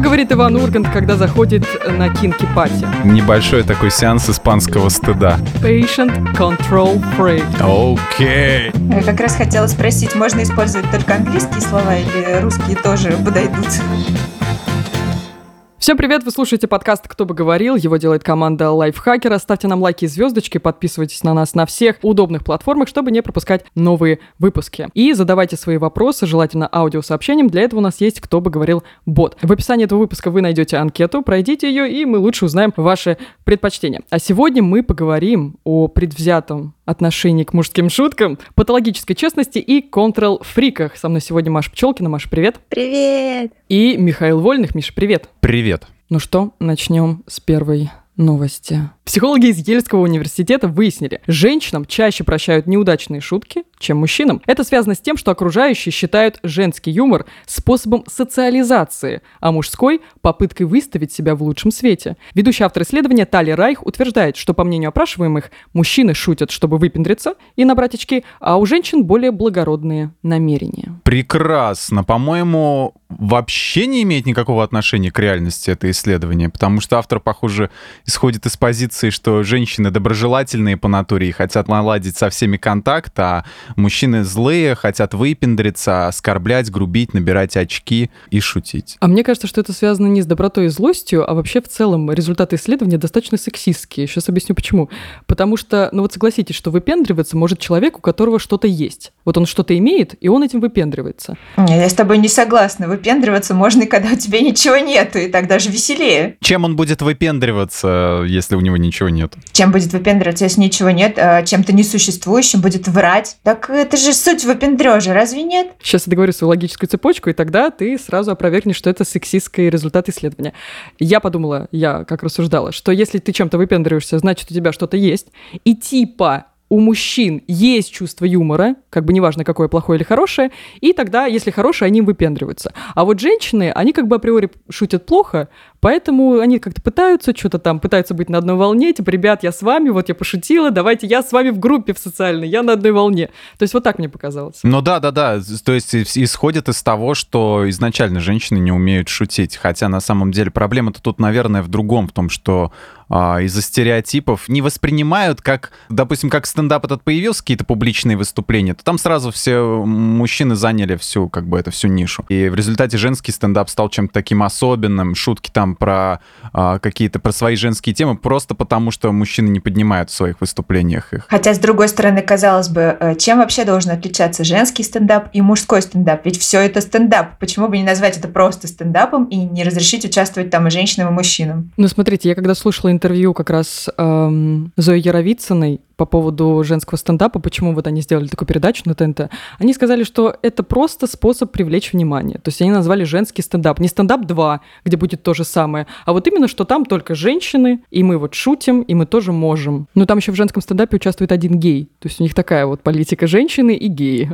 говорит Иван Ургант, когда заходит на кинки-пати? Небольшой такой сеанс испанского стыда. Patient control free. Окей. Я как раз хотела спросить, можно использовать только английские слова или русские тоже подойдут? Всем привет, вы слушаете подкаст «Кто бы говорил», его делает команда Лайфхакера. Ставьте нам лайки и звездочки, подписывайтесь на нас на всех удобных платформах, чтобы не пропускать новые выпуски. И задавайте свои вопросы, желательно аудиосообщением, для этого у нас есть «Кто бы говорил» бот. В описании этого выпуска вы найдете анкету, пройдите ее, и мы лучше узнаем ваши предпочтения. А сегодня мы поговорим о предвзятом отношении к мужским шуткам, патологической честности и контрол-фриках. Со мной сегодня Маша Пчелкина. Маша, привет. Привет. И Михаил Вольных. Миша, привет. Привет. Ну что, начнем с первой новости. Психологи из Ельского университета выяснили, женщинам чаще прощают неудачные шутки, чем мужчинам. Это связано с тем, что окружающие считают женский юмор способом социализации, а мужской – попыткой выставить себя в лучшем свете. Ведущий автор исследования Тали Райх утверждает, что, по мнению опрашиваемых, мужчины шутят, чтобы выпендриться и набрать очки, а у женщин более благородные намерения. Прекрасно. По-моему, вообще не имеет никакого отношения к реальности это исследование, потому что автор, похоже, исходит из позиции, что женщины доброжелательные по натуре и хотят наладить со всеми контакт, а мужчины злые, хотят выпендриться, оскорблять, грубить, набирать очки и шутить. А мне кажется, что это связано не с добротой и злостью, а вообще в целом результаты исследования достаточно сексистские. Сейчас объясню почему. Потому что, ну вот согласитесь, что выпендриваться может человек, у которого что-то есть. Вот он что-то имеет, и он этим выпендривается. Я с тобой не согласна. Выпендриваться можно и когда у тебя ничего нету, и так даже веселее. Чем он будет выпендриваться, если у него ничего нет? Чем будет выпендриваться, если ничего нет? Чем-то несуществующим будет врать? Так это же суть выпендрежа, разве нет? Сейчас я договорю свою логическую цепочку, и тогда ты сразу опровергнешь, что это сексистский результат исследования. Я подумала, я как рассуждала, что если ты чем-то выпендриваешься, значит, у тебя что-то есть, и типа у мужчин есть чувство юмора, как бы неважно, какое, плохое или хорошее, и тогда, если хорошее, они им выпендриваются. А вот женщины, они как бы априори шутят плохо, поэтому они как-то пытаются что-то там, пытаются быть на одной волне, типа, ребят, я с вами, вот я пошутила, давайте я с вами в группе в социальной, я на одной волне. То есть вот так мне показалось. Ну да. То есть исходит из того, что изначально женщины не умеют шутить, хотя на самом деле проблема-то тут, наверное, в другом, в том, что из-за стереотипов не воспринимают, как, допустим, как стендап этот появился, какие-то публичные выступления, то там сразу все мужчины заняли всю, как бы, всю нишу. И в результате женский стендап стал чем-то таким особенным, шутки там про какие-то, про свои женские темы, просто потому что мужчины не поднимают в своих выступлениях их. Хотя, с другой стороны, казалось бы, чем вообще должен отличаться женский стендап и мужской стендап? Ведь все это стендап. Почему бы не назвать это просто стендапом и не разрешить участвовать там и женщинам, и мужчинам? Ну, смотрите, я когда слушала интервью как раз Зои Яровицыной по поводу женского стендапа, почему вот они сделали такую передачу на ТНТ, они сказали, что это просто способ привлечь внимание. То есть они назвали женский стендап. Не стендап 2, где будет то же самое, а вот именно, что там только женщины, и мы вот шутим, и мы тоже можем. Но там еще в женском стендапе участвует один гей. То есть у них такая вот политика женщины и геи.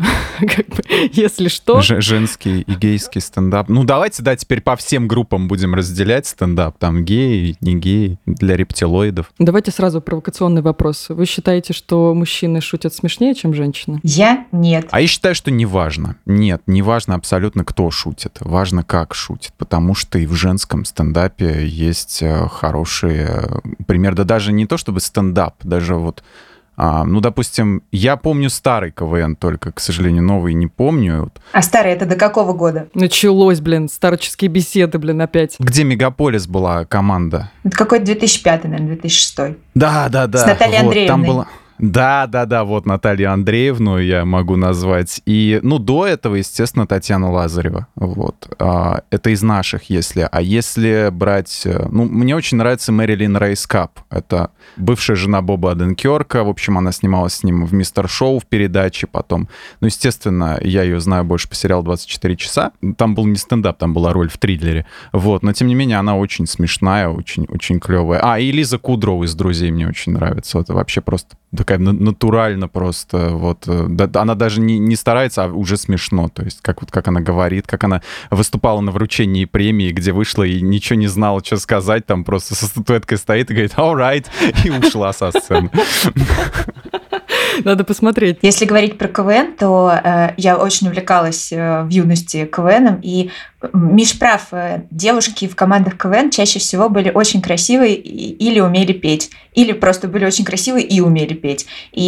Если что. Женский и гейский стендап. Ну, давайте, теперь по всем группам будем разделять стендап. Там геи, не геи, для рептилоидов. Давайте сразу провокационный вопрос. Вы считаете, что мужчины шутят смешнее, чем женщины? Я нет. А я считаю, что не важно. Нет, не важно абсолютно, кто шутит. Важно, как шутит. Потому что и в женском стендапе есть хорошие примеры. Да даже не то чтобы стендап, даже вот... допустим, я помню старый КВН только, к сожалению, новый не помню. А старый это до какого года? Началось, старческие беседы, опять. Где Мегаполис была команда? Это какой-то 2005, наверное, 2006. Да. С Натальей Андреевной. Там была... Да, вот Наталью Андреевну я могу назвать. И, до этого, естественно, Татьяна Лазарева. Вот. Это из наших, если. А если брать... мне очень нравится Мэрилин Рейскап. Это бывшая жена Боба Оденкёрка. В общем, она снималась с ним в «Мистер Шоу» в передаче потом. Естественно, я ее знаю больше по сериалу «24 часа». Там был не стендап, там была роль в триллере. Вот. Но, тем не менее, она очень смешная, очень, очень клевая. И Лиза Кудроу из «Друзей» мне очень нравится. Это вообще просто такая натурально просто. Вот. Она даже не старается, а уже смешно. То есть как она говорит, как она выступала на вручении премии, где вышла и ничего не знала, что сказать. Там просто со статуэткой стоит и говорит «all right», и ушла со сцены. Надо посмотреть. Если говорить про КВН, то я очень увлекалась в юности КВНом, и Миш прав, девушки в командах КВН чаще всего были очень красивые или умели петь, или просто были очень красивые и умели петь.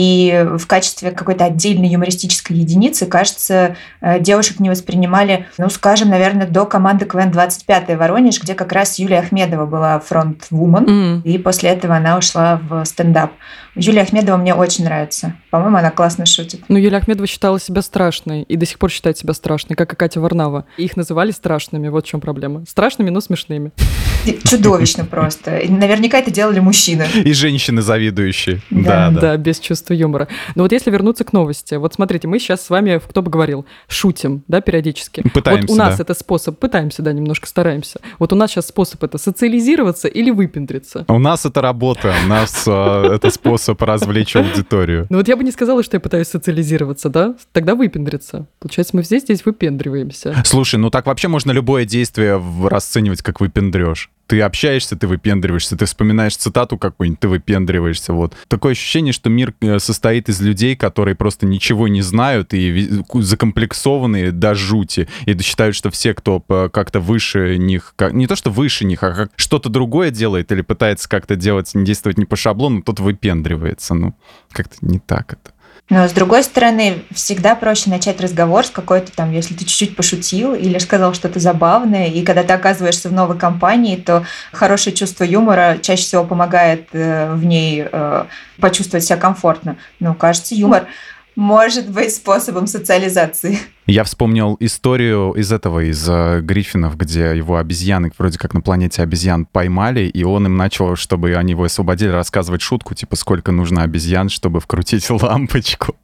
И в качестве какой-то отдельной юмористической единицы, кажется, девушек не воспринимали, ну, скажем, наверное, до команды КВН 25-й Воронеж, где как раз Юлия Ахмедова была фронт-вумен, и после этого она ушла в стендап. Юлия Ахмедова мне очень нравится. По-моему, она классно шутит. Ну, Юлия Ахмедова считала себя страшной и до сих пор считает себя страшной, как и Катя Варнава. Их называли страшными, вот в чем проблема. Страшными, но смешными. Чудовищно просто. И наверняка это делали мужчины. И женщины завидующие. Да, без чувства юмора. Но вот если вернуться к новости. Вот смотрите, мы сейчас с вами, кто бы говорил, шутим, да, периодически. Пытаемся, вот у нас это способ, пытаемся, да, немножко стараемся. Вот у нас сейчас способ это социализироваться или выпендриться. У нас это работа, у нас это способ развлечь аудиторию. Ну вот я бы не сказала, что я пытаюсь социализироваться, да? Тогда выпендриться. Получается, мы все здесь выпендриваемся. Слушай, ну так вообще можно любое действие расценивать как выпендрёж. Ты общаешься, ты выпендриваешься, ты вспоминаешь цитату какую-нибудь, ты выпендриваешься. Вот. Такое ощущение, что мир состоит из людей, которые просто ничего не знают и закомплексованные до жути. И считают, что все, кто как-то выше них, не то что выше них, а как что-то другое делает или пытается как-то делать, действовать не по шаблону, тот выпендривается. Ну, как-то не так это. Но, с другой стороны, всегда проще начать разговор с какой-то там, если ты чуть-чуть пошутил или сказал что-то забавное, и когда ты оказываешься в новой компании, то хорошее чувство юмора чаще всего помогает в ней почувствовать себя комфортно. Но, кажется, юмор может быть способом социализации. Я вспомнил историю из Гриффинов, где его обезьяны, вроде как на планете обезьян, поймали, и он им начал, чтобы они его освободили, рассказывать шутку, типа, сколько нужно обезьян, чтобы вкрутить лампочку.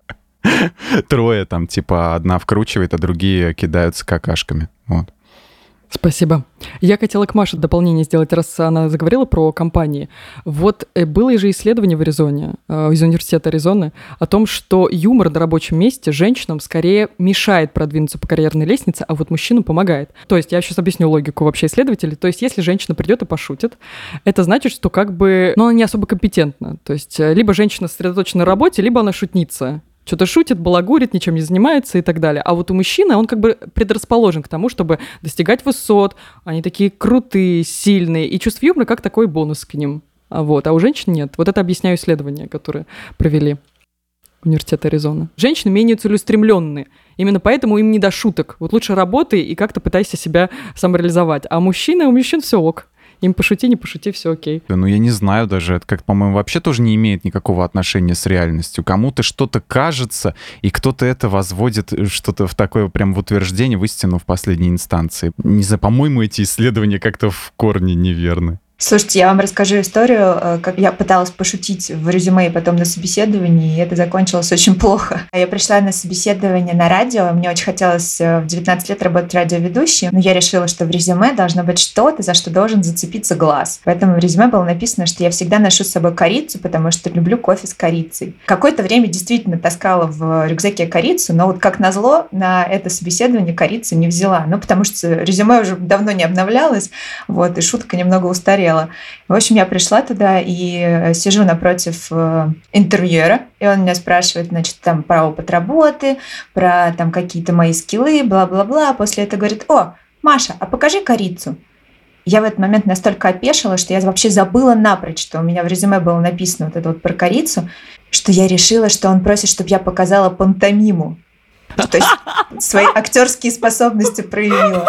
3 там, типа, одна вкручивает, а другие кидаются какашками. Вот. Спасибо. Я хотела к Маше дополнение сделать, раз она заговорила про компании. Вот было же исследование в Аризоне, из университета Аризоны, о том, что юмор на рабочем месте женщинам скорее мешает продвинуться по карьерной лестнице, а вот мужчинам помогает. То есть я сейчас объясню логику вообще исследователей. То есть если женщина придет и пошутит, это значит, что как бы, она не особо компетентна. То есть либо женщина сосредоточена на работе, либо она шутница. Что-то шутит, балагурит, ничем не занимается и так далее. А вот у мужчины он как бы предрасположен к тому, чтобы достигать высот. Они такие крутые, сильные. И чувство юмора как такой бонус к ним. А у женщин нет. Вот это объясняю исследования, которые провели университет Аризоны. Женщины менее целеустремленные. Именно поэтому им не до шуток. Вот лучше работай и как-то пытайся себя самореализовать. А у мужчин все ок. Им пошути, не пошути, все окей. Ну, я не знаю даже, это как, по-моему, вообще тоже не имеет никакого отношения с реальностью. Кому-то что-то кажется, и кто-то это возводит что-то в такое прям в утверждение, в истину в последней инстанции. Не знаю, по-моему, эти исследования как-то в корне неверны. Слушайте, я вам расскажу историю, как я пыталась пошутить в резюме и потом на собеседовании, и это закончилось очень плохо. Я пришла на собеседование на радио, мне очень хотелось в 19 лет работать радиоведущей, но я решила, что в резюме должно быть что-то, за что должен зацепиться глаз. Поэтому в резюме было написано, что я всегда ношу с собой корицу, потому что люблю кофе с корицей. Какое-то время действительно таскала в рюкзаке корицу, но вот как назло на это собеседование корицу не взяла. Ну, потому что резюме уже давно не обновлялось, и шутка немного устарела. В общем, я пришла туда и сижу напротив интервьюера, и он меня спрашивает, значит, там про опыт работы, про там какие-то мои скиллы, бла-бла-бла. После этого говорит: «О, Маша, а покажи корицу». Я в этот момент настолько опешила, что я вообще забыла напрочь, что у меня в резюме было написано вот это вот про корицу, что я решила, что он просит, чтобы я показала пантомиму. То есть свои актерские способности проявила.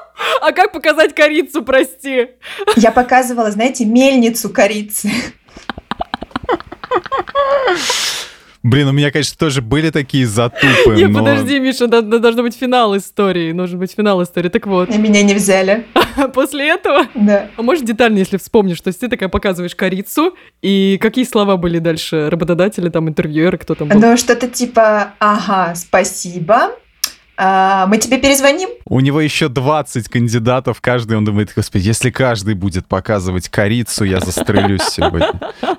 А как показать корицу, прости? Я показывала, знаете, мельницу корицы. Блин, у меня, конечно, тоже были такие затупы, Не, подожди, Миша, должен быть финал истории. Нужен быть финал истории. Так вот. И меня не взяли. После этого? Да. А может, детально, если вспомнишь, то есть ты такая показываешь корицу, и какие слова были дальше? Работодатели, там, интервьюеры, кто там был? Ну, что-то типа: «Ага, спасибо. Мы тебе перезвоним». У него еще 20 кандидатов, каждый, он думает: господи, если каждый будет показывать корицу, я застрелюсь сегодня.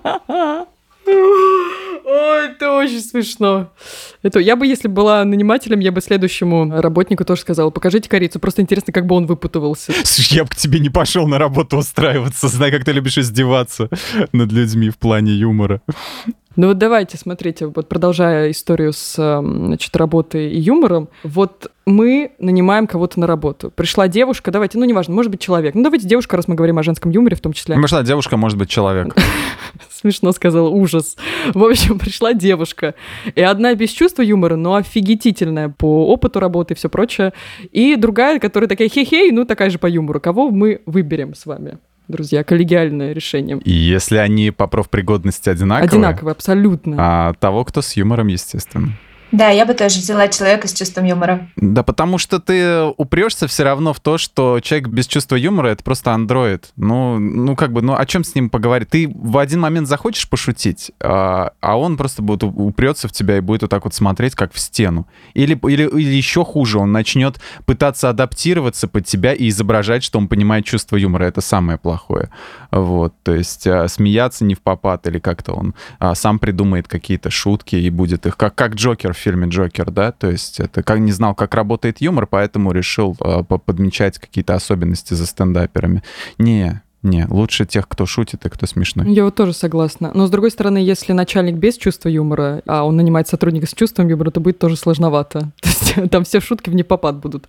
Ой, это очень смешно. Я бы, если была нанимателем, я бы следующему работнику тоже сказала: покажите корицу. Просто интересно, как бы он выпутывался. Слушай, я бы к тебе не пошел на работу устраиваться. Знаю, как ты любишь издеваться над людьми в плане юмора. Ну вот давайте, смотрите, вот продолжая историю с, значит, работой и юмором, вот мы нанимаем кого-то на работу. Пришла девушка, давайте, ну неважно, может быть человек. Ну давайте девушка, раз мы говорим о женском юморе в том числе. Пришла девушка, может быть человек. Смешно сказала, ужас. В общем, пришла девушка. И одна без чувства юмора, но офигительная по опыту работы и все прочее. И другая, которая такая хе-хей, ну такая же по юмору. Кого мы выберем с вами? Друзья, коллегиальное решение. И если они по профпригодности одинаковые? Одинаковые, абсолютно. А того, кто с юмором, естественно. Да, я бы тоже взяла человека с чувством юмора. Да, потому что ты упрешься все равно в то, что человек без чувства юмора — это просто андроид. Ну, как бы, ну, о чем с ним поговорить? Ты в один момент захочешь пошутить, а он просто будет упрется в тебя и будет вот так вот смотреть, как в стену. Или еще хуже, он начнет пытаться адаптироваться под тебя и изображать, что он понимает чувство юмора. Это самое плохое. Вот, то есть смеяться не впопад, или как-то он сам придумает какие-то шутки и будет их, как Джокер в фильме «Джокер», да, то есть это как не знал, как работает юмор, поэтому решил подмечать какие-то особенности за стендаперами. Не, лучше тех, кто шутит и кто смешной. Я вот тоже согласна. Но, с другой стороны, если начальник без чувства юмора, а он нанимает сотрудника с чувством юмора, то будет тоже сложновато. То есть там все шутки в непопад будут.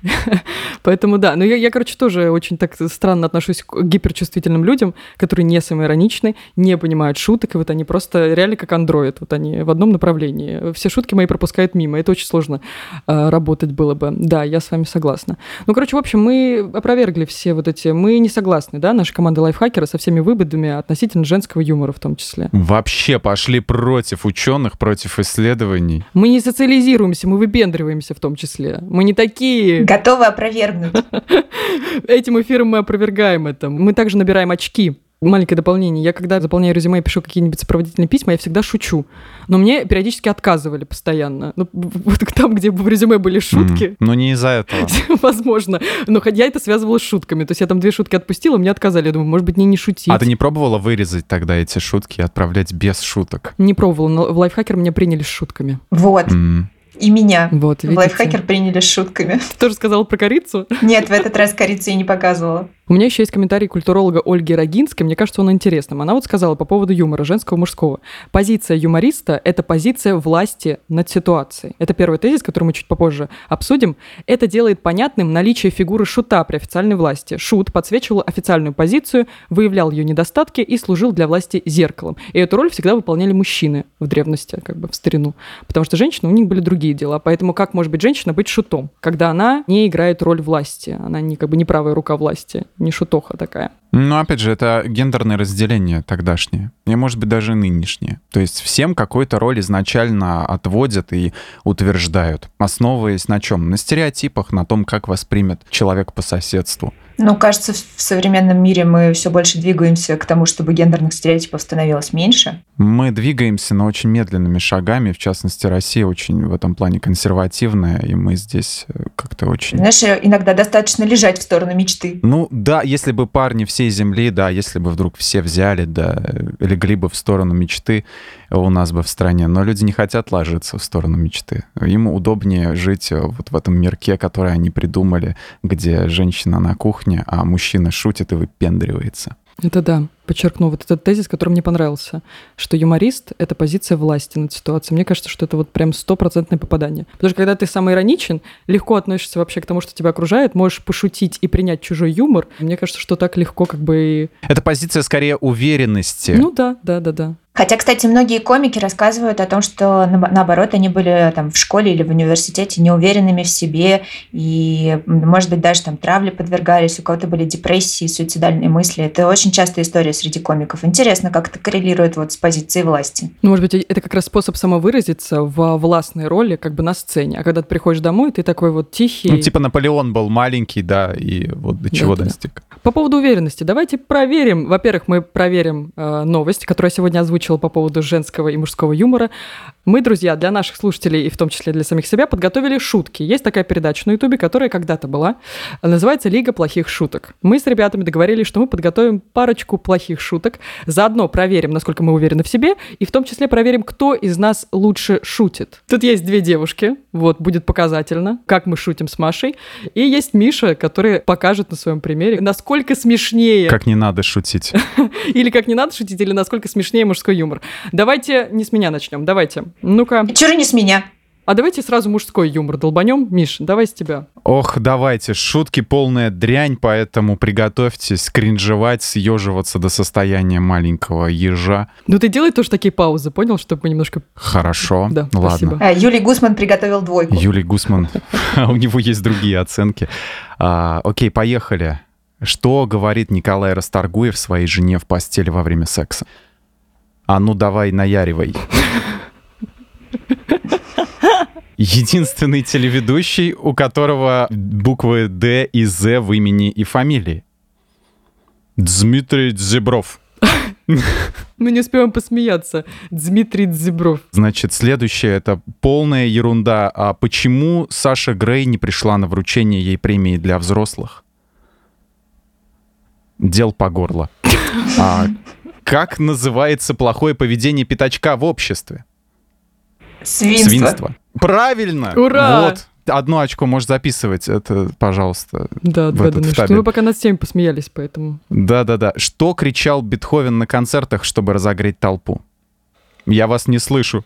Поэтому да. Но я, короче, тоже очень так странно отношусь к гиперчувствительным людям, которые не самоироничны, не понимают шуток, и вот они просто реально как андроид. Вот они в одном направлении. Все шутки мои пропускают мимо. Это очень сложно работать было бы. Да, я с вами согласна. Ну, короче, в общем, мы опровергли все вот эти... Мы не согласны, да, наша команда лайфхакера со всеми выводами относительно женского юмора в том числе. Вообще пошли против ученых, против исследований. Мы не социализируемся, мы выпендриваемся в том числе. Мы не такие... Готовы опровергнуть. Этим эфиром мы опровергаем это. Мы также набираем очки. Маленькое дополнение. Я когда заполняю резюме и пишу какие-нибудь сопроводительные письма, я всегда шучу. Но мне периодически отказывали постоянно. Ну, вот там, где в резюме были шутки. Но не из-за этого. Возможно. Но я это связывала с шутками. То есть я там 2 шутки отпустила, мне отказали. Я думаю, может быть, мне не шутить. А ты не пробовала вырезать тогда эти шутки и отправлять без шуток? Не пробовала, но в лайфхакер меня приняли с шутками. Вот. И меня. Вот, в лайфхакер приняли с шутками. Ты тоже сказала про корицу? Нет, в этот раз корицу я не показывала. У меня еще есть комментарий культуролога Ольги Рогинской. Мне кажется, он интересным. Она вот сказала по поводу юмора, женского, мужского. Позиция юмориста — это позиция власти над ситуацией. Это первый тезис, который мы чуть попозже обсудим. Это делает понятным наличие фигуры шута при официальной власти. Шут подсвечивал официальную позицию, выявлял ее недостатки и служил для власти зеркалом. И эту роль всегда выполняли мужчины в древности, как бы в старину. Потому что женщины, у них были другие дела. Поэтому как может быть женщина быть шутом, когда она не играет роль власти? Она не, как бы не правая рука власти, не шутоха такая. Ну, опять же, это гендерное разделение тогдашнее, и, может быть, даже нынешнее. То есть всем какую-то роль изначально отводят и утверждают, основываясь на чем? На стереотипах, на том, как воспримет человек по соседству. Ну, кажется, в современном мире мы все больше двигаемся к тому, чтобы гендерных стереотипов становилось меньше. Мы двигаемся, но очень медленными шагами. В частности, Россия очень в этом плане консервативная, и мы здесь как-то очень... Знаешь, иногда достаточно лежать в сторону мечты. Ну, да, если бы парни всей земли, да, если бы вдруг все взяли, да, легли бы в сторону мечты у нас бы в стране. Но люди не хотят ложиться в сторону мечты. Им удобнее жить вот в этом мирке, который они придумали, где женщина на кухне, а мужчина шутит и выпендривается. Это да. Подчеркну вот этот тезис, который мне понравился, что юморист — это позиция власти над ситуацией. Мне кажется, что это вот прям 100% попадание. Потому что когда ты самоироничен, легко относишься вообще к тому, что тебя окружает, можешь пошутить и принять чужой юмор. Мне кажется, что так легко как бы... Это позиция скорее уверенности. Ну да. Хотя, кстати, многие комики рассказывают о том, что, наоборот, они были там в школе или в университете неуверенными в себе, и, может быть, даже там травле подвергались, у кого-то были депрессии, суицидальные мысли. Это очень частая история среди комиков. Интересно, как это коррелирует вот с позицией власти. Ну, может быть, это как раз способ самовыразиться в властной роли, как бы на сцене. А когда ты приходишь домой, ты такой вот тихий. Ну, типа Наполеон был маленький, да, и вот до чего достиг. По поводу уверенности. Давайте проверим. Во-первых, мы проверим новость, которую я сегодня озвучила по поводу женского и мужского юмора. Мы, друзья, для наших слушателей и в том числе для самих себя подготовили шутки. Есть такая передача на Ютубе, которая когда-то была. Называется «Лига плохих шуток». Мы с ребятами договорились, что мы подготовим парочку плохих шуток. Заодно проверим, насколько мы уверены в себе, и в том числе проверим, кто из нас лучше шутит. Тут есть 2 девушки. Вот, будет показательно, как мы шутим с Машей. И есть Миша, который покажет на своем примере, насколько насколько смешнее. Как не надо шутить. Или как не надо шутить, или насколько смешнее мужской юмор. Давайте не с меня начнем. Давайте. Ну-ка. Чё не с меня? А давайте сразу мужской юмор долбанем. Миш, давай с тебя. Ох, давайте. Шутки полная дрянь, поэтому приготовьтесь кринжевать, съеживаться до состояния маленького ежа. Ну ты делай тоже такие паузы, понял? Чтобы мы немножко... Хорошо. Да, ладно. спасибо. Юлий Гусман приготовил двойку. Юлий Гусман. У него есть другие оценки. Окей, поехали. Что говорит Николай Расторгуев своей жене в постели во время секса? А ну давай, наяривай. Единственный телеведущий, у которого буквы Д и З в имени и фамилии. Дмитрий Дзебров. Мы не успеем посмеяться. Дмитрий Дзебров. Значит, следующее — это полная ерунда. А почему Саша Грей не пришла на вручение ей премии для взрослых? Дел по горло. Как называется плохое поведение пятачка в обществе? Свинство. Правильно! Ура! Вот. 1 очко можешь записывать. Это, пожалуйста, Да, в да, этот да. табель. Мы пока над всеми посмеялись, поэтому... Да-да-да. Что кричал Бетховен на концертах, чтобы разогреть толпу? Я вас не слышу.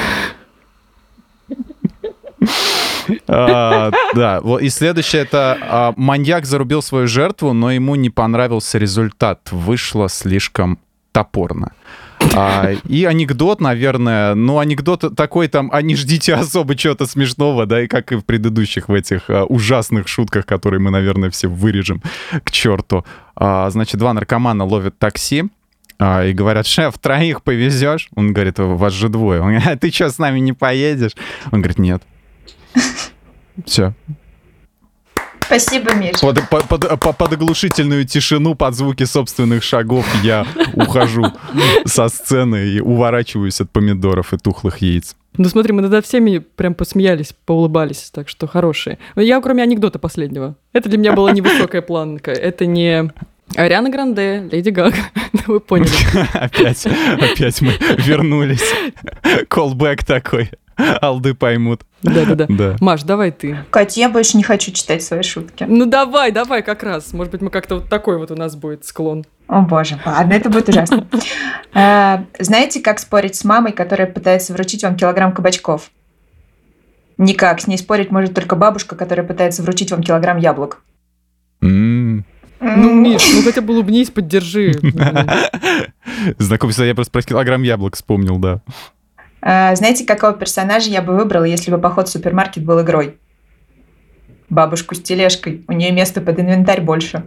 Да. И следующее — это маньяк зарубил свою жертву, но ему не понравился результат. Вышло слишком топорно. И анекдот, наверное, анекдот такой там, а не ждите особо чего-то смешного, да, и как и в предыдущих в этих ужасных шутках, которые мы, наверное, все вырежем к черту. Значит, 2 наркомана ловят такси и говорят: шеф, 3 повезешь? Он говорит: вас же 2. Он говорит: а ты что, с нами не поедешь? Он говорит: нет. Все. Спасибо, Миш. Под оглушительную тишину, под звуки собственных шагов я ухожу со сцены и уворачиваюсь от помидоров и тухлых яиц. Ну смотри, мы над всеми прям посмеялись, поулыбались, так что хорошие. Но я, кроме анекдота последнего. Это для меня была невысокая планка. Это не Ариана Гранде, Леди Гага. Вы поняли. Опять мы вернулись. Колбэк такой. Алды поймут. Да. Маш, давай ты. Кать, я больше не хочу читать свои шутки. Ну давай как раз. Может быть, мы как-то вот такой вот у нас будет склон. О боже, ладно, это будет ужасно. Знаете, как спорить с мамой, которая пытается вручить вам килограмм кабачков? Никак. С ней спорить может только бабушка, которая пытается вручить вам килограмм яблок. Ну, Миш, хотя бы улыбнись, поддержи. Знакомься, я просто про килограмм яблок вспомнил, да. Знаете, какого персонажа я бы выбрала, если бы поход в супермаркет был игрой? Бабушку с тележкой. У нее места под инвентарь больше.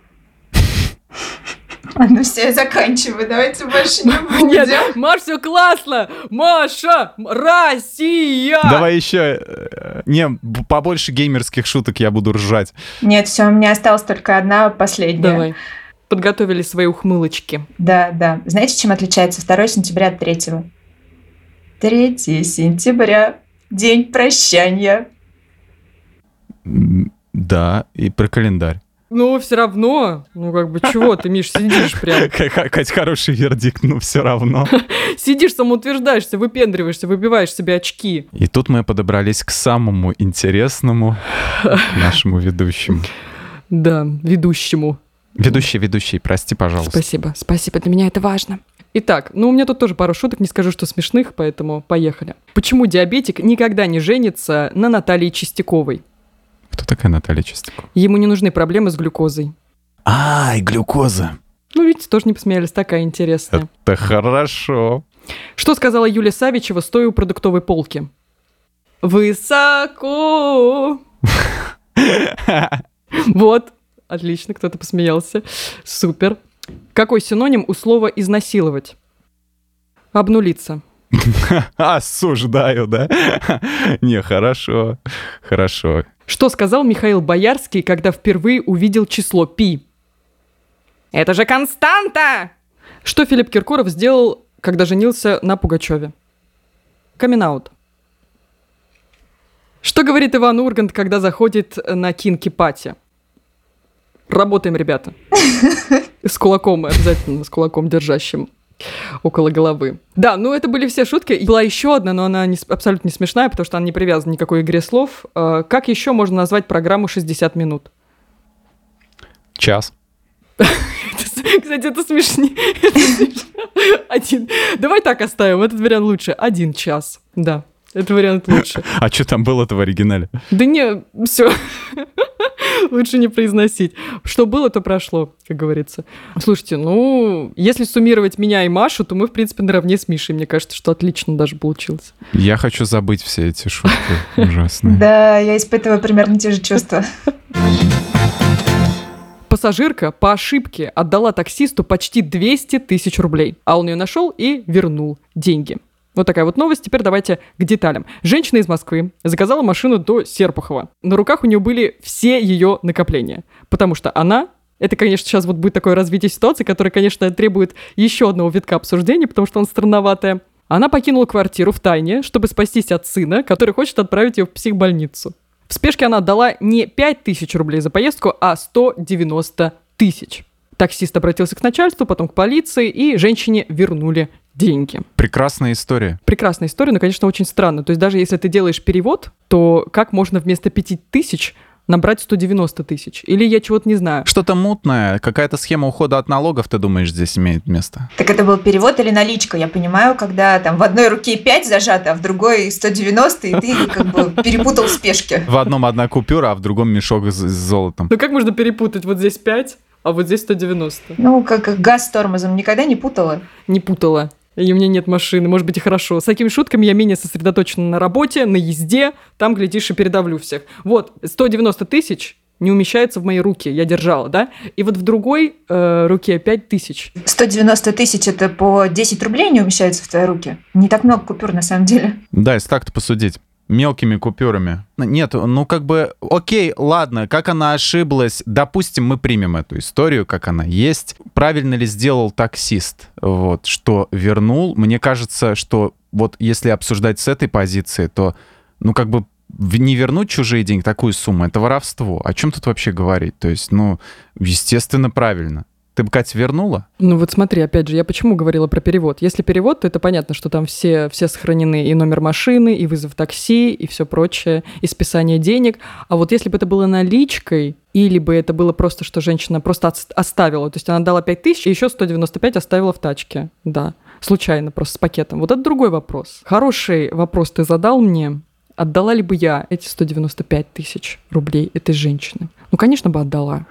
Ну все, я заканчиваю. Давайте больше не будем. Нет, Маш, все классно! Маша! Россия! Давай еще... Не, побольше геймерских шуток, я буду ржать. Нет, все, у меня осталась только одна последняя. Давай. Подготовили свои ухмылочки. Да. Знаете, чем отличается 2 сентября от 3? 3 сентября. День прощания. Да, и про календарь. Ну, все равно. Чего ты, Миш, сидишь прям? Кать, хороший вердикт, но все равно. Сидишь, самоутверждаешься, выпендриваешься, выбиваешь себе очки. И тут мы подобрались к самому интересному нашему ведущему. Да, ведущему. Ведущий, прости, пожалуйста. Спасибо, для меня это важно. Итак, у меня тут тоже пару шуток, не скажу, что смешных, поэтому поехали. Почему диабетик никогда не женится на Наталье Чистяковой? Кто такая Наталья Чистякова? Ему не нужны проблемы с глюкозой. И глюкоза. Видите, тоже не посмеялись, такая интересная. Это хорошо. Что сказала Юлия Савичева, стоя у продуктовой полки? Высоко! Вот, отлично, кто-то посмеялся. Супер. Какой синоним у слова «изнасиловать»? Обнулиться. Осуждаю, да? Не, хорошо. Что сказал Михаил Боярский, когда впервые увидел число π? Это же константа! Что Филипп Киркоров сделал, когда женился на Пугачеве? Камин-аут. Что говорит Иван Ургант, когда заходит на кинки-пати? Работаем, ребята. С кулаком, обязательно с кулаком держащим около головы. Да, это были все шутки. Была еще одна, но она абсолютно не смешная, потому что она не привязана ни к какой игре слов. Как еще можно назвать программу «60 минут»? Час. Кстати, это смешнее. Один. Давай так оставим, этот вариант лучше. 1 час. Да, это вариант лучше. А что там было-то в оригинале? Да не, все. Лучше не произносить. Что было, то прошло, как говорится. Слушайте, ну, если суммировать меня и Машу, то мы, в принципе, наравне с Мишей. Мне кажется, что отлично даже получилось. Я хочу забыть все эти шутки ужасные. Да, я испытываю примерно те же чувства. Пассажирка по ошибке отдала таксисту почти 200 тысяч рублей, а он ее нашел и вернул деньги. Вот такая вот новость. Теперь давайте к деталям. Женщина из Москвы заказала машину до Серпухова. На руках у нее были все ее накопления, потому что она... Это, конечно, сейчас вот будет такое развитие ситуации, которое, конечно, требует еще одного витка обсуждения, потому что он странноватое. Она покинула квартиру в тайне, чтобы спастись от сына, который хочет отправить ее в психбольницу. В спешке она отдала не 5000 рублей за поездку, а 190 тысяч. Таксист обратился к начальству, потом к полиции, и женщине вернули деньги. Прекрасная история. Прекрасная история, но, конечно, очень странно. То есть даже если ты делаешь перевод, то как можно вместо 5000 набрать 190 тысяч? Или я чего-то не знаю? Что-то мутное, какая-то схема ухода от налогов, ты думаешь, здесь имеет место? Так это был перевод или наличка? Я понимаю, когда там в одной руке 5 зажато, а в другой 190, и ты как бы перепутал в спешке. В одном одна купюра, а в другом мешок с золотом. Ну как можно перепутать? Вот здесь 5, а вот здесь 190. Ну, как газ с тормозом никогда не путала? Не путала. И у меня нет машины, может быть, и хорошо. С такими шутками я менее сосредоточена на работе, на езде. Там, глядишь, и передавлю всех. Вот, 190 тысяч не умещается в мои руки. Я держала, да? И вот в другой руке 5000. 190 тысяч это по 10 рублей не умещается в твои руки? Не так много купюр, на самом деле. Да, если так-то посудить. Мелкими купюрами. Нет, ну как бы, окей, ладно, как она ошиблась, допустим, мы примем эту историю, как она есть. Правильно ли сделал таксист, вот, что вернул? Мне кажется, что вот если обсуждать с этой позиции, то, ну как бы, не вернуть чужие деньги, такую сумму, это воровство. О чем тут вообще говорить? То есть, ну, естественно, правильно. Ты бы, Катя, вернула? Ну вот смотри, опять же, я почему говорила про перевод? Если перевод, то это понятно, что там все сохранены, и номер машины, и вызов такси, и все прочее, и списание денег. А вот если бы это было наличкой, или бы это было просто, что женщина просто оставила, то есть она дала 5000, и еще 195 оставила в тачке, да, случайно, просто с пакетом. Вот это другой вопрос. Хороший вопрос ты задал мне. Отдала ли бы я эти 195 тысяч рублей этой женщины? Ну, конечно, бы отдала.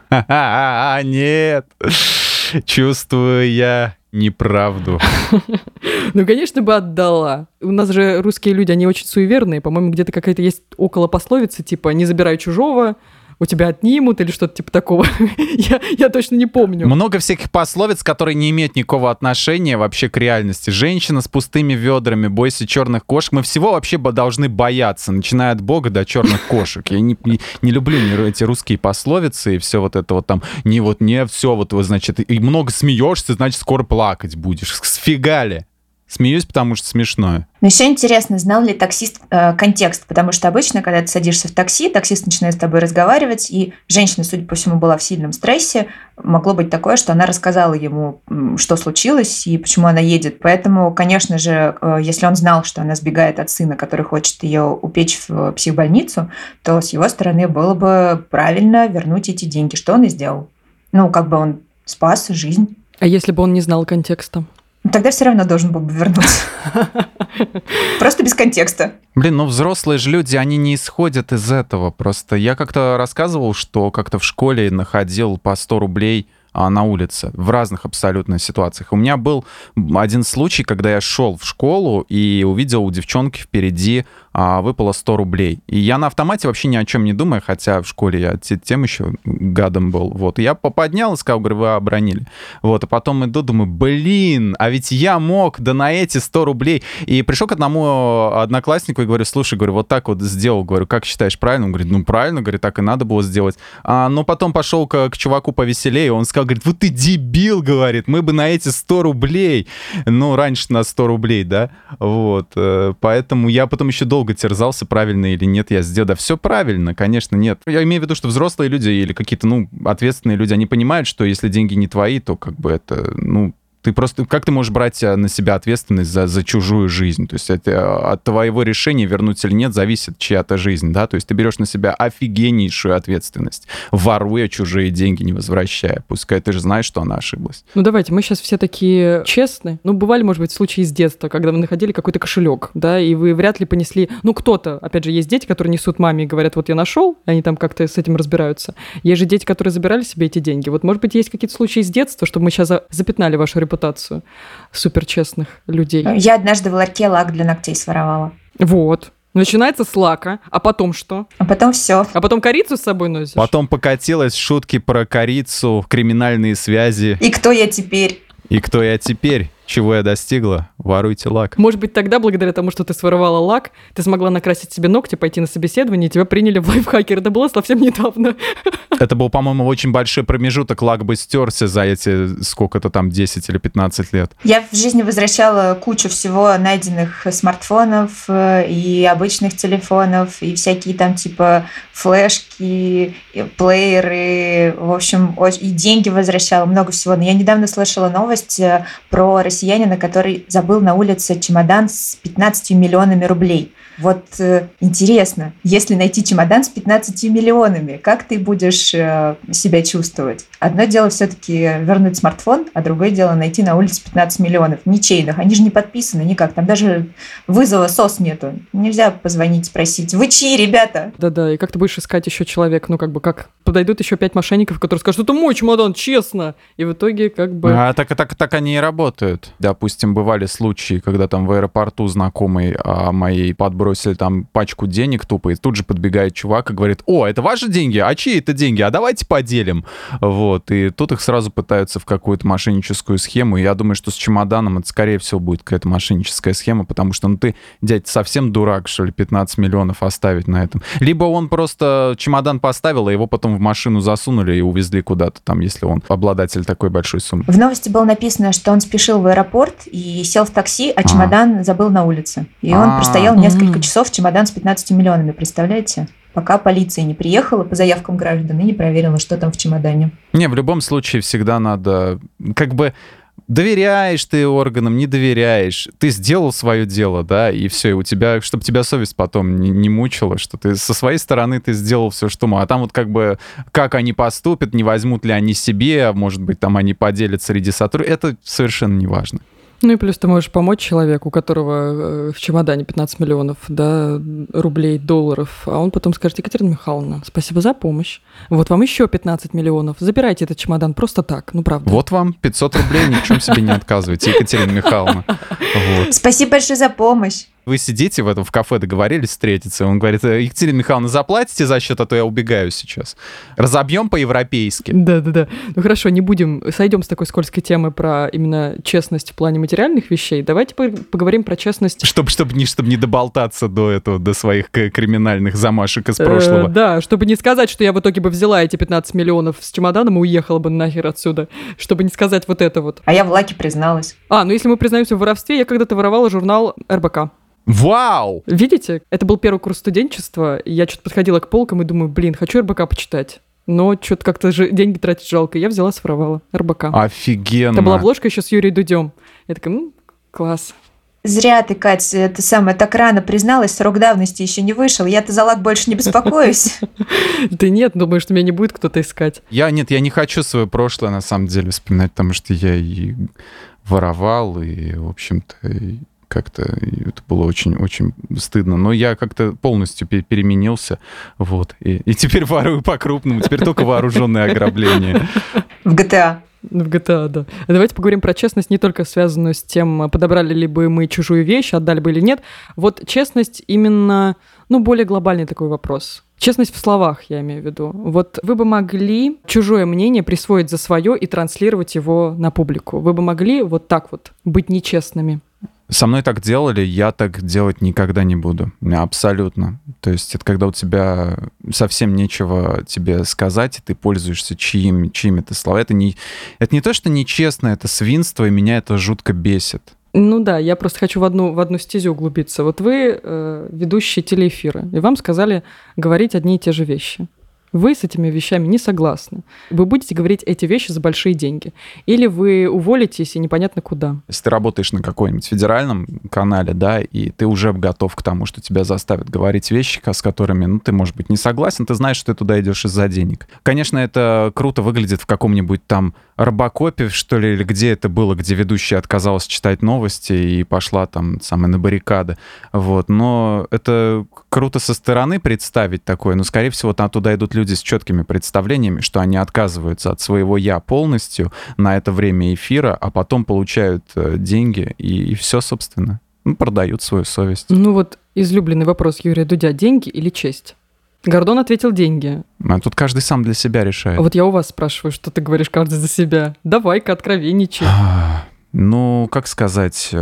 Нет, чувствую я неправду. Ну, конечно, бы отдала. У нас же русские люди, они очень суеверные. По-моему, где-то какая-то есть около пословицы, типа «не забирай чужого», у тебя отнимут или что-то типа такого. я точно не помню. Много всяких пословиц, которые не имеют никакого отношения вообще к реальности. Женщина с пустыми ведрами, бойся черных кошек. Мы всего вообще должны бояться, начиная от Бога до черных кошек. Я не люблю эти русские пословицы и все вот это вот там. Не все вот, значит, и много смеешься, значит, скоро плакать будешь. Сфига ли? Смеюсь, потому что смешное. Но еще интересно, знал ли таксист контекст, потому что обычно, когда ты садишься в такси, таксист начинает с тобой разговаривать, и женщина, судя по всему, была в сильном стрессе. Могло быть такое, что она рассказала ему, что случилось и почему она едет. Поэтому, конечно же, если он знал, что она сбегает от сына, который хочет ее упечь в психбольницу, то с его стороны было бы правильно вернуть эти деньги, что он и сделал. Ну, как бы он спас жизнь. А если бы он не знал контекста? Тогда все равно должен был бы вернуть. Просто без контекста. Блин, ну взрослые же люди, они не исходят из этого. Просто я как-то рассказывал, что как-то в школе находил по 100 рублей на улице в разных абсолютно ситуациях. У меня был один случай, когда я шел в школу и увидел у девчонки впереди выпало 100 рублей. И я на автомате вообще ни о чем не думаю, хотя в школе я тем еще гадом был. Вот. И я поднял и сказал, говорю, вы обронили. Вот. А потом иду, думаю, блин, а ведь я мог, да на эти 100 рублей. И пришел к одному однокласснику и говорю, слушай, говорю, вот так вот сделал. Говорю, как считаешь, правильно? Он говорит, ну правильно, говорит, так и надо было сделать. Но потом пошел к чуваку повеселее, он сказал, говорит, вот ты дебил, говорит, мы бы на эти 100 рублей. Ну, раньше на 100 рублей, да? Вот. Поэтому я потом еще долго терзался, правильно или нет я сделал. Да все правильно, конечно, нет. Я имею в виду, что взрослые люди или какие-то, ответственные люди, они понимают, что если деньги не твои, то как бы это, Ты просто... Как ты можешь брать на себя ответственность за чужую жизнь? То есть это, от твоего решения, вернуть или нет, зависит чья-то жизнь, да? То есть ты берешь на себя офигеннейшую ответственность, воруя чужие деньги, не возвращая. Пускай ты же знаешь, что она ошиблась. Ну, давайте, мы сейчас все такие честные. Ну, бывали, может быть, случаи из детства, когда вы находили какой-то кошелек, да, и вы вряд ли понесли... Ну, кто-то, опять же, есть дети, которые несут маме и говорят, вот я нашел, они там как-то с этим разбираются. Есть же дети, которые забирали себе эти деньги. Вот, может быть, есть какие-то случаи из детства, чтобы мы сейчас запятнали вашу репутацию суперчестных людей. Я однажды в ларьке лак для ногтей своровала. Вот. Начинается с лака, а потом что? А потом все. А потом корицу с собой носишь? Потом покатилась шутки про корицу, криминальные связи. И кто я теперь? И кто я теперь? Чего я достигла? Воруйте лак. Может быть, тогда, благодаря тому, что ты своровала лак, ты смогла накрасить себе ногти, пойти на собеседование, и тебя приняли в лайфхакер. Это было совсем недавно. Это был, по-моему, очень большой промежуток. Лак бы стерся за эти, сколько-то там, 10 или 15 лет. Я в жизни возвращала кучу всего найденных смартфонов и обычных телефонов, и всякие там типа флешки, плееры, в общем, и деньги возвращала, много всего. Но я недавно слышала новость про россиянина, который забыл на улице чемодан с 15 миллионами рублей. Вот интересно, если найти чемодан с 15 миллионами, как ты будешь себя чувствовать? Одно дело все-таки вернуть смартфон, а другое дело найти на улице 15 миллионов ничейных. Они же не подписаны никак, там даже вызова СОС нету. Нельзя позвонить, спросить, вы чьи, ребята? Да-да, и как ты будешь искать еще человека? Ну, как бы, как подойдут еще 5 мошенников, которые скажут, это мой чемодан, честно. И в итоге как бы... Так они и работают. Допустим, бывали случаи, когда там в аэропорту знакомый моей подбросили там пачку денег тупо, и тут же подбегает чувак и говорит, о, это ваши деньги? А чьи это деньги? А давайте поделим. Вот. И тут их сразу пытаются в какую-то мошенническую схему. И я думаю, что с чемоданом это, скорее всего, будет какая-то мошенническая схема, потому что, ну, ты, дядь, совсем дурак, что ли, 15 миллионов оставить на этом. Либо он просто чемодан поставил, а его потом в машину засунули и увезли куда-то там, если он обладатель такой большой суммы. В новости было написано, что он спешил в аэропорт и сел в такси, а чемодан забыл на улице. И он простоял несколько часов, чемодан с 15 миллионами, представляете? Пока полиция не приехала по заявкам граждан и не проверила, что там в чемодане. Не, в любом случае всегда надо, как бы, доверяешь ты органам, не доверяешь. Ты сделал свое дело, да, и все, и у тебя, чтобы тебя совесть потом не мучила, что ты со своей стороны ты сделал все, что мог. А там вот как бы, как они поступят, не возьмут ли они себе, может быть, там они поделят среди сотрудников, это совершенно не важно. Ну и плюс ты можешь помочь человеку, у которого в чемодане 15 миллионов, да, рублей, долларов, а он потом скажет, Екатерина Михайловна, спасибо за помощь. Вот вам еще 15 миллионов. Забирайте этот чемодан просто так, ну правда. Вот вам 500 рублей, ни в чем себе не отказывайте, Екатерина Михайловна. Вот. Спасибо большое за помощь. Вы сидите в кафе, договорились встретиться, он говорит, Екатерина Михайловна, заплатите за счет, а то я убегаю сейчас. Разобьем по-европейски. Да-да-да. Ну хорошо, не будем, сойдем с такой скользкой темы про именно честность в плане материальных вещей. Давайте поговорим про честность... Чтобы не доболтаться до своих криминальных замашек из прошлого. Да, чтобы не сказать, что я в итоге бы взяла эти 15 миллионов с чемоданом и уехала бы нахер отсюда. Чтобы не сказать вот это вот. А я в лаке призналась. Ну если мы признаемся в воровстве, я когда-то воровала журнал РБК. Вау! Видите? Это был первый курс студенчества, и я что-то подходила к полкам и думаю, хочу РБК почитать. Но что-то как-то же деньги тратить жалко. Я взяла, своровала РБК. Офигенно. Это была обложка еще с Юрием Дудем. Я такая, класс. Зря ты, Кать, так рано призналась, срок давности еще не вышел. Я-то за лак больше не беспокоюсь. Да нет, думаю, что меня не будет кто-то искать. Я не хочу свое прошлое, на самом деле, вспоминать, потому что я и воровал, и, в общем-то, как-то это было очень-очень стыдно. Но я как-то полностью переменился, вот. И теперь ворую по-крупному, теперь только вооруженные ограбления. В GTA. В GTA, да. Давайте поговорим про честность, не только связанную с тем, подобрали ли бы мы чужую вещь, отдали бы или нет. Вот честность именно, более глобальный такой вопрос. Честность в словах, я имею в виду. Вот вы бы могли чужое мнение присвоить за свое и транслировать его на публику. Вы бы могли вот так вот быть нечестными? Со мной так делали, я так делать никогда не буду. Абсолютно. То есть это когда у тебя совсем нечего тебе сказать, и ты пользуешься чьими-то словами. Это не то, что нечестно, это свинство, и меня это жутко бесит. Ну да, я просто хочу в одну стезю углубиться. Вот вы ведущий телеэфира, и вам сказали говорить одни и те же вещи. Вы с этими вещами не согласны. Вы будете говорить эти вещи за большие деньги. Или вы уволитесь и непонятно куда. Если ты работаешь на каком-нибудь федеральном канале, да, и ты уже готов к тому, что тебя заставят говорить вещи, с которыми, ну, ты, может быть, не согласен, ты знаешь, что ты туда идешь из-за денег. Конечно, это круто выглядит в каком-нибудь там Робокопе, что ли, или где это было, где ведущая отказалась читать новости и пошла там самая на баррикады. Вот. Но это круто со стороны представить такое, но, скорее всего, там туда идут люди с четкими представлениями, что они отказываются от своего «я» полностью на это время эфира, а потом получают деньги и все, собственно. Ну, продают свою совесть. Ну вот излюбленный вопрос Юрия Дудя: деньги или честь? Гордон ответил: деньги. А тут каждый сам для себя решает. А вот я у вас спрашиваю, что ты говоришь каждый за себя. Давай-ка откровенничай. Ну, как сказать...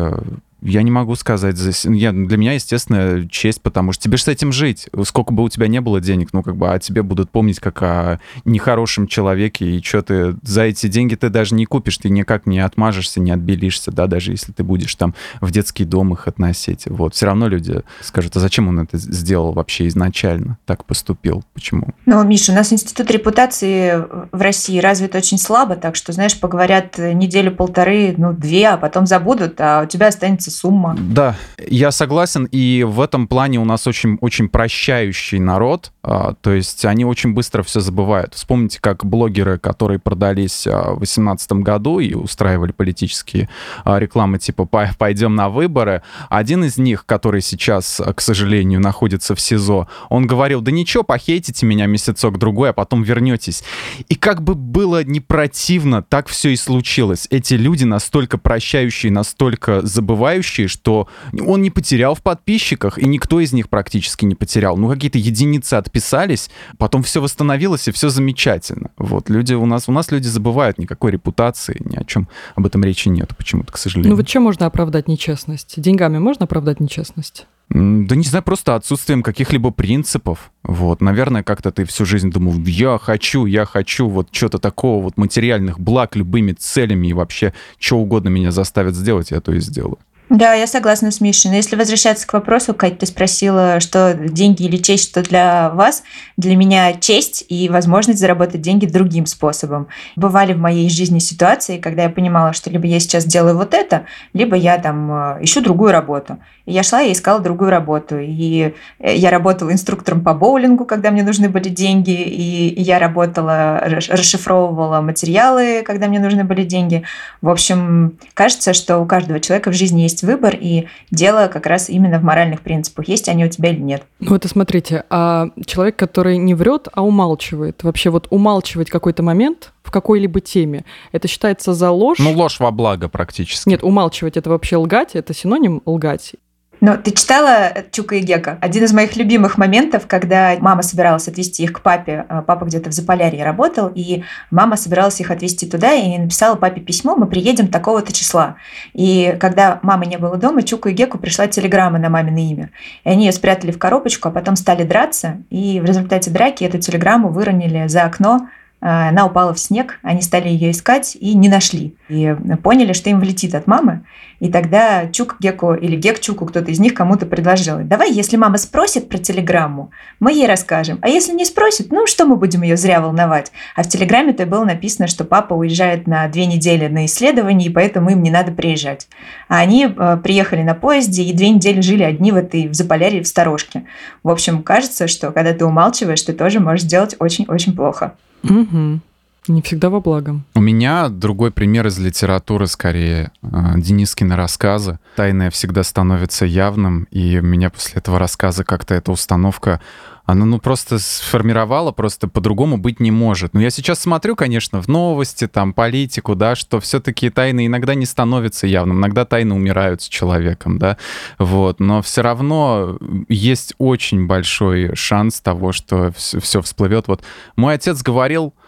Я не могу сказать. Для меня, естественно, честь, потому что тебе же с этим жить. Сколько бы у тебя не было денег, ну, как бы, а тебе будут помнить как о нехорошем человеке, и что ты за эти деньги ты даже не купишь, ты никак не отмажешься, не отбелишься, да, даже если ты будешь там в детский дом их относить. Вот. Все равно люди скажут: а зачем он это сделал вообще изначально? Так поступил. Почему? Ну, Миша, у нас институт репутации в России развит очень слабо, так что, знаешь, поговорят неделю-полторы, ну, 2, а потом забудут, а у тебя останется сумма. Да, я согласен, и в этом плане у нас очень, очень прощающий народ, то есть они очень быстро все забывают. Вспомните, как блогеры, которые продались в 2018 году и устраивали политические рекламы типа «пойдем на выборы», один из них, который сейчас, к сожалению, находится в СИЗО, он говорил: да ничего, похейтите меня месяцок-другой, а потом вернетесь. И как бы было не противно, так все и случилось. Эти люди настолько прощающие, настолько забывающие, что он не потерял в подписчиках, и никто из них практически не потерял. Ну, какие-то единицы отписались, потом все восстановилось, и все замечательно. Вот, люди у нас люди забывают, никакой репутации, ни о чем об этом речи нет почему-то, к сожалению. Ну вот чем можно оправдать нечестность? Деньгами можно оправдать нечестность? Да не знаю, просто отсутствием каких-либо принципов. Вот, наверное, как-то ты всю жизнь думал: я хочу вот что-то такого, вот материальных благ любыми целями, и вообще что угодно меня заставят сделать, я то и сделаю. Да, я согласна с Мишей. Но если возвращаться к вопросу, Кать, ты спросила, что деньги или честь, что для вас. Для меня честь и возможность заработать деньги другим способом. Бывали в моей жизни ситуации, когда я понимала, что либо я сейчас делаю вот это, либо я там ищу другую работу. И я шла и искала другую работу. И я работала инструктором по боулингу, когда мне нужны были деньги. И я работала, расшифровывала материалы, когда мне нужны были деньги. В общем, кажется, что у каждого человека в жизни есть выбор, и дело как раз именно в моральных принципах, есть они у тебя или нет. Ну это смотрите, а человек, который не врет, а умалчивает, вообще вот умалчивать какой-то момент в какой-либо теме, это считается за ложь? Ну, ложь во благо практически. Нет, умалчивать — это вообще лгать, это синоним лгать. Но ты читала «Чука и Гека»? Один из моих любимых моментов, когда мама собиралась отвезти их к папе. Папа где-то в Заполярье работал, и мама собиралась их отвезти туда и написала папе письмо: мы приедем такого-то числа. И когда мамы не было дома, Чуку и Геку пришла телеграмма на мамино имя. И они ее спрятали в коробочку, а потом стали драться, и в результате драки эту телеграмму выронили за окно. Она упала в снег, они стали ее искать и не нашли. И поняли, что им влетит от мамы. И тогда Чук Геку или Гек Чуку, кто-то из них, кому-то предложил: давай, если мама спросит про телеграмму, мы ей расскажем. А если не спросит, ну что мы будем ее зря волновать? А в телеграмме-то было написано, что папа уезжает на 2 недели на исследование, и поэтому им не надо приезжать. А они приехали на поезде и 2 недели жили одни в Заполярье, в сторожке. В общем, кажется, что когда ты умалчиваешь, ты тоже можешь сделать очень-очень плохо. Угу. Не всегда во благо. У меня другой пример из литературы, скорее, Денискины рассказы. Тайное всегда становится явным, и у меня после этого рассказа как-то эта установка, она просто сформировала, просто по-другому быть не может. Но я сейчас смотрю, конечно, в новости, там, политику, да, что все-таки тайны иногда не становятся явным, иногда тайны умирают с человеком, да, вот. Но все равно есть очень большой шанс того, что все всплывет. Вот мой отец говорил,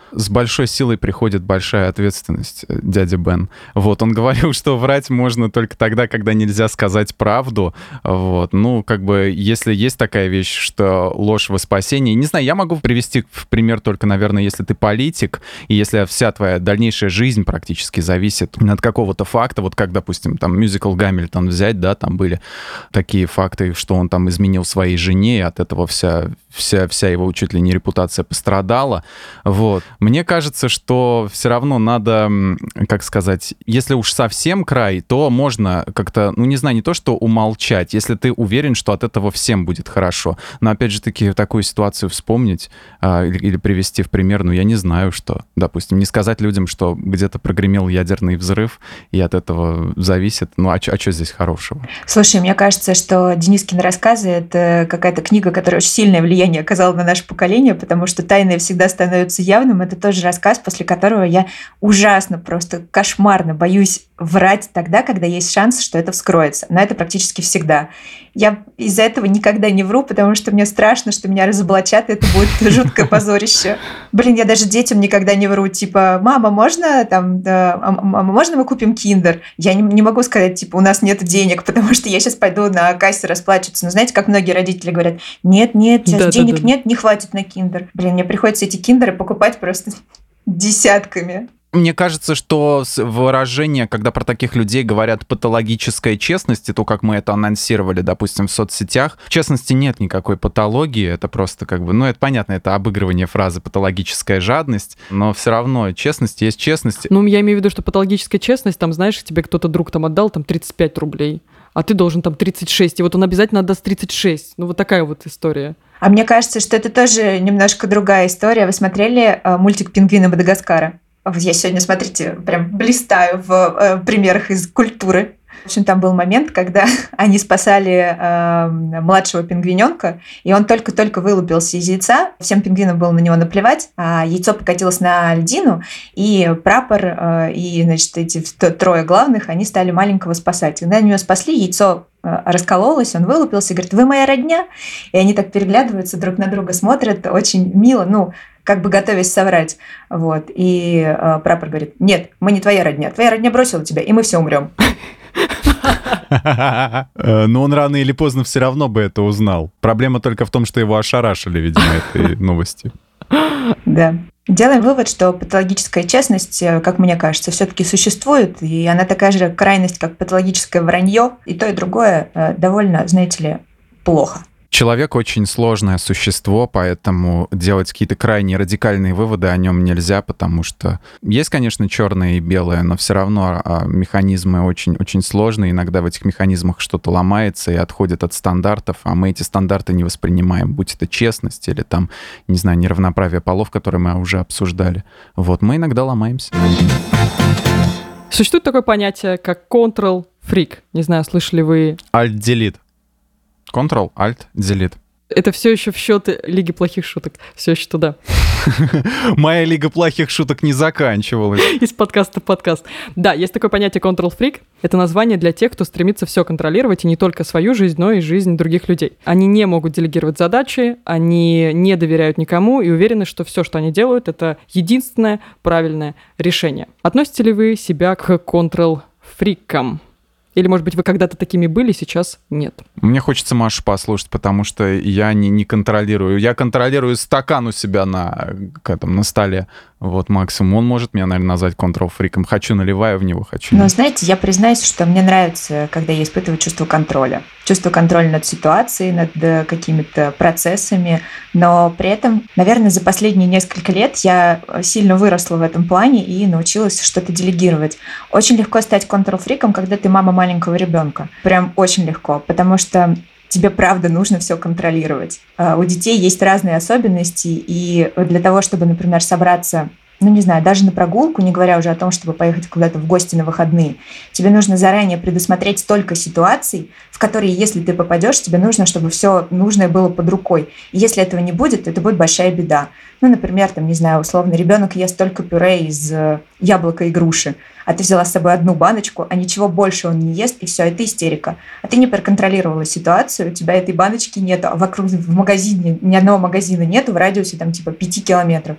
С большой силой приходит большая ответственность, дядя Бен. Вот, он говорил, что врать можно только тогда, когда нельзя сказать правду. Вот, ну, как бы, если есть такая вещь, что ложь во спасение. Не знаю, я могу привести в пример только, наверное, если ты политик, и если вся твоя дальнейшая жизнь практически зависит от какого-то факта. Вот как, допустим, там, мюзикл «Гамильтон» взять, да, там были такие факты, что он там изменил своей жене, и от этого вся его чуть ли не репутация пострадала. Вот. Мне кажется, что все равно надо, как сказать, если уж совсем край, то можно как-то, ну, не знаю, не то, что умолчать, если ты уверен, что от этого всем будет хорошо. Но, опять же таки, такую ситуацию вспомнить или привести в пример, ну, я не знаю, что, допустим, не сказать людям, что где-то прогремел ядерный взрыв, и от этого зависит. Ну, а что здесь хорошего? Слушай, мне кажется, что Денискины рассказы — это какая-то книга, которая очень сильное влияние оказала на наше поколение, потому что тайное всегда становится явным. Это тоже рассказ, после которого я ужасно, просто кошмарно боюсь врать тогда, когда есть шанс, что это вскроется. Но это практически всегда. Я из-за этого никогда не вру, потому что мне страшно, что меня разоблачат, и это будет жуткое позорище. Блин, я даже детям никогда не вру. Типа, мама, можно можно мы купим киндер? Я не могу сказать, типа, у нас нет денег, потому что я сейчас пойду на кассе расплачиваться. Но знаете, как многие родители говорят, нет, сейчас денег нет, не хватит на киндер. Блин, мне приходится эти киндеры покупать просто десятками. Мне кажется, что выражение, когда про таких людей говорят патологическая честность, и то, как мы это анонсировали, допустим, в соцсетях, в честности нет никакой патологии, это просто как бы, ну, это понятно, это обыгрывание фразы «патологическая жадность», но все равно честность есть честность. Ну, я имею в виду, что патологическая честность, там, знаешь, тебе кто-то друг там отдал там 35 рублей, а ты должен там 36, и вот он обязательно отдаст 36. Ну, вот такая вот история. А мне кажется, что это тоже немножко другая история. Вы смотрели мультик «Пингвины Мадагаскара»? Я сегодня, смотрите, прям блистаю в примерах из культуры. В общем, там был момент, когда они спасали младшего пингвиненка, и он только-только вылупился из яйца. Всем пингвинам было на него наплевать, а яйцо покатилось на льдину, и прапор, и, значит, эти трое главных, они стали маленького спасать. Когда они его спасли, яйцо раскололось, он вылупился и говорит, вы моя родня? И они так переглядываются, друг на друга смотрят, очень мило, ну, как бы готовясь соврать. Вот. И прапор говорит, нет, мы не твоя родня бросила тебя, и мы все умрем. Но он рано или поздно все равно бы это узнал. Проблема только в том, что его ошарашили, видимо, этой новостью. Да. Делаем вывод, что патологическая честность, как мне кажется, все-таки существует, и она такая же крайность, как патологическое вранье, и то, и другое довольно, знаете ли, плохо. Человек очень сложное существо, поэтому делать какие-то крайне радикальные выводы о нем нельзя, потому что есть, конечно, черное и белое, но все равно механизмы очень сложные. Иногда в этих механизмах что-то ломается и отходит от стандартов, а мы эти стандарты не воспринимаем, будь это честность или там, не знаю, неравноправие полов, которые мы уже обсуждали. Вот, мы иногда ломаемся. Существует такое понятие, как control-freak. Не знаю, слышали вы... Alt-delete. Ctrl, Alt, Delete. Это все еще в счет Лиги плохих шуток. Все еще туда. Моя Лига плохих шуток не заканчивалась. Из подкаста в подкаст. Да, есть такое понятие control freak. Это название для тех, кто стремится все контролировать, и не только свою жизнь, но и жизнь других людей. Они не могут делегировать задачи, они не доверяют никому и уверены, что все, что они делают, это единственное правильное решение. Относите ли вы себя к control freak'ам? Или, может быть, вы когда-то такими были, сейчас нет? Мне хочется Машу послушать, потому что я не контролирую. Я контролирую стакан у себя на столе. Вот максимум. Он может меня, наверное, назвать контрол-фриком. Хочу, наливаю в него, хочу. Но, знаете, я признаюсь, что мне нравится, когда я испытываю чувство контроля. Чувство контроля над ситуацией, над какими-то процессами. Но при этом, наверное, за последние несколько лет я сильно выросла в этом плане и научилась что-то делегировать. Очень легко стать контрол-фриком, когда ты мама маленького ребенка. Прям очень легко, потому что тебе правда нужно все контролировать. У детей есть разные особенности, и для того, чтобы, например, собраться, ну, не знаю, даже на прогулку, не говоря уже о том, чтобы поехать куда-то в гости на выходные, тебе нужно заранее предусмотреть столько ситуаций, в которые, если ты попадешь, тебе нужно, чтобы все нужное было под рукой. И если этого не будет, то это будет большая беда. Ну, например, там, не знаю, условно, ребенок ест только пюре из яблока и груши, а ты взяла с собой одну баночку, а ничего больше он не ест, и все, это истерика. А ты не проконтролировала ситуацию, у тебя этой баночки нет, а вокруг в магазине ни одного магазина нету в радиусе там типа 5 километров.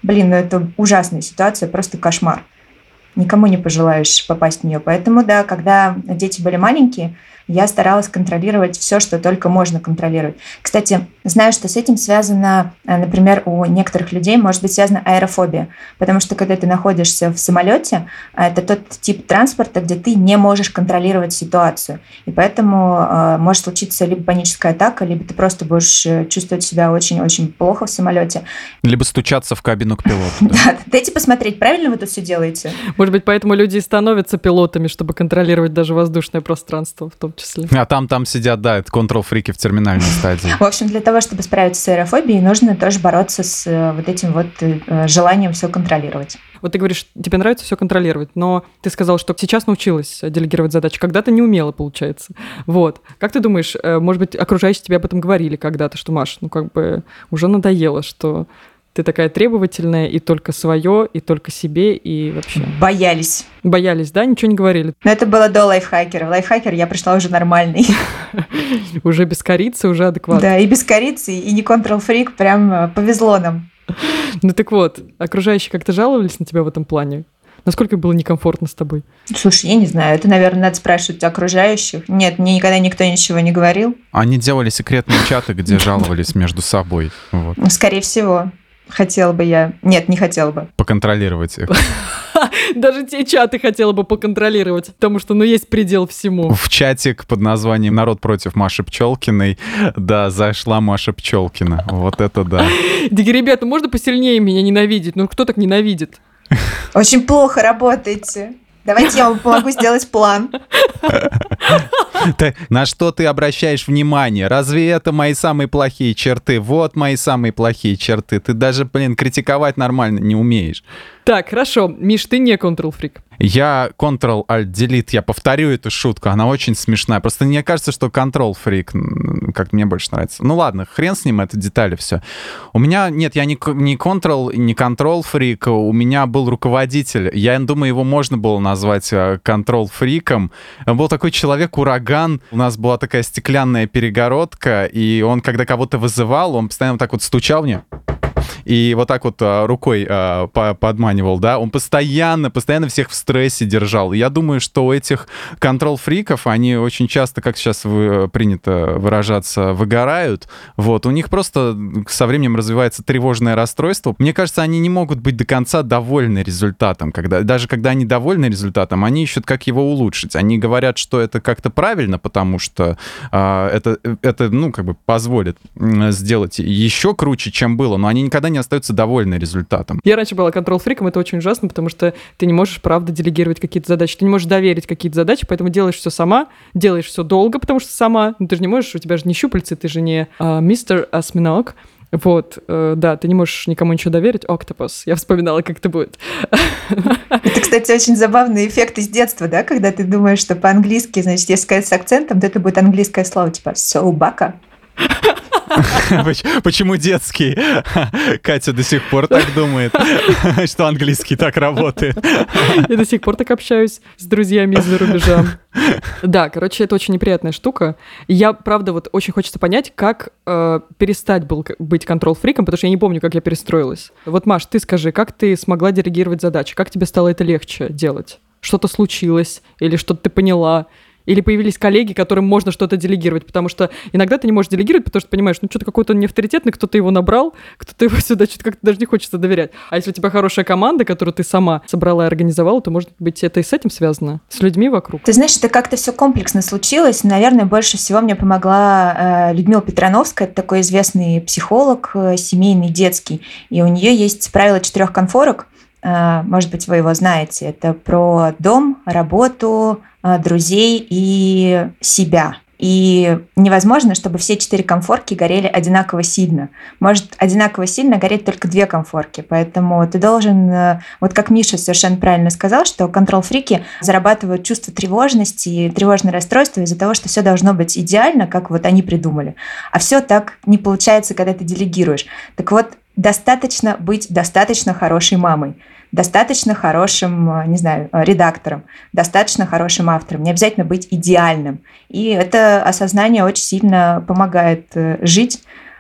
Блин, ну это ужасная ситуация, просто кошмар. Никому не пожелаешь попасть в нее. Поэтому, да, когда дети были маленькие, я старалась контролировать все, что только можно контролировать. Кстати, знаю, что с этим связано, например, у некоторых людей может быть связана аэрофобия, потому что когда ты находишься в самолете, это тот тип транспорта, где ты не можешь контролировать ситуацию. И поэтому может случиться либо паническая атака, либо ты просто будешь чувствовать себя очень-очень плохо в самолете. Либо стучаться в кабину к пилоту. Да, дайте посмотреть, правильно вы тут все делаете? Может быть, поэтому люди и становятся пилотами, чтобы контролировать даже воздушное пространство в том числе. А там сидят, да, это контрол-фрики в терминальной стадии. В общем, для того, чтобы справиться с аэрофобией, нужно тоже бороться с вот этим вот желанием все контролировать. Вот ты говоришь, тебе нравится все контролировать, но ты сказал, что сейчас научилась делегировать задачи, когда-то не умела, получается. Вот. Как ты думаешь, может быть, окружающие тебе об этом говорили когда-то, что, Маш, уже надоело, что ты такая требовательная, и только свое, и только себе, и вообще... Боялись. Боялись, да? Ничего не говорили? Но это было до лайфхакера. В лайфхакер я пришла уже нормальный. Уже без корицы, уже адекватно. Да, и без корицы, и не контрол-фрик. Прям повезло нам. Ну так вот, окружающие как-то жаловались на тебя в этом плане? Насколько было некомфортно с тобой? Слушай, я не знаю. Это, наверное, надо спрашивать у окружающих. Нет, мне никогда никто ничего не говорил. Они делали секретные чаты, где жаловались между собой. Вот. Скорее всего. Хотела бы я... Нет, не хотела бы. Поконтролировать их. Даже те чаты хотела бы поконтролировать, потому что, есть предел всему. В чатик под названием «Народ против Маши Пчелкиной», да, зашла Маша Пчелкина. Вот это да. Ребята, можно посильнее меня ненавидеть? Кто так ненавидит? Очень плохо работаете. Давайте я вам помогу сделать план. На что ты обращаешь внимание? Разве это мои самые плохие черты? Вот мои самые плохие черты. Ты даже, критиковать нормально не умеешь. Так, хорошо. Миш, ты не контрол-фрик. Я Ctrl-Alt-Delete, я повторю эту шутку, она очень смешная. Просто мне кажется, что контрол-фрик, как мне больше нравится. Ну ладно, хрен с ним, это детали все. У меня, нет, я не контрол-фрик, у меня был руководитель. Я думаю, его можно было назвать контрол-фриком. Он был такой человек-ураган. У нас была такая стеклянная перегородка, и он, когда кого-то вызывал, он постоянно так вот стучал мне. И вот так вот рукой подманивал, да, он постоянно всех в стрессе держал. И я думаю, что у этих контрол-фриков, они очень часто, как сейчас принято выражаться, выгорают. Вот, у них просто со временем развивается тревожное расстройство. Мне кажется, они не могут быть до конца довольны результатом. Даже когда они довольны результатом, они ищут, как его улучшить. Они говорят, что это как-то правильно, потому что это позволит сделать еще круче, чем было, но они никогда не остаются довольны результатом. Я раньше была контрол-фриком, это очень ужасно, потому что ты не можешь, правда, делегировать какие-то задачи, ты не можешь доверить какие-то задачи, поэтому делаешь все сама, делаешь все долго, потому что сама, ты же не можешь, у тебя же не щупальцы, ты же не мистер осьминог. Вот, да, ты не можешь никому ничего доверить. Октопус. Я вспоминала, как это будет. Это, кстати, очень забавный эффект из детства, да, когда ты думаешь, что по-английски, значит, если сказать с акцентом, то это будет английское слово, типа «собака». Почему детский? Катя до сих пор так думает, что английский так работает. Я до сих пор так общаюсь с друзьями из-за рубежа. Да, короче, это очень неприятная штука. Я, правда, очень хочется понять, как перестать быть контрол-фриком, потому что я не помню, как я перестроилась. Вот, Маш, ты скажи, как ты смогла делегировать задачи? Как тебе стало это легче делать? Что-то случилось? Или что-то ты поняла? Или появились коллеги, которым можно что-то делегировать, потому что иногда ты не можешь делегировать, потому что понимаешь, что-то какой-то он неавторитетный, кто-то его набрал, кто-то его сюда что-то как-то даже не хочется доверять. А если у тебя хорошая команда, которую ты сама собрала и организовала, то, может быть, это и с этим связано, с людьми вокруг. Ты знаешь, это как-то все комплексно случилось. Наверное, больше всего мне помогла Людмила Петрановская, это такой известный психолог, семейный, детский, и у нее есть правило 4 конфорок. Может быть, вы его знаете. Это про дом, работу, друзей и себя. И невозможно, чтобы все 4 конфорки горели одинаково сильно. Может одинаково сильно гореть только 2 конфорки. Поэтому ты должен, вот как Миша совершенно правильно сказал, что контрол-фрики зарабатывают чувство тревожности и тревожное расстройство из-за того, что все должно быть идеально, как вот они придумали. А все так не получается, когда ты делегируешь. Так вот, достаточно быть достаточно хорошей мамой, достаточно хорошим, не знаю, редактором, достаточно хорошим автором. Не обязательно быть идеальным. И это осознание очень сильно помогает жить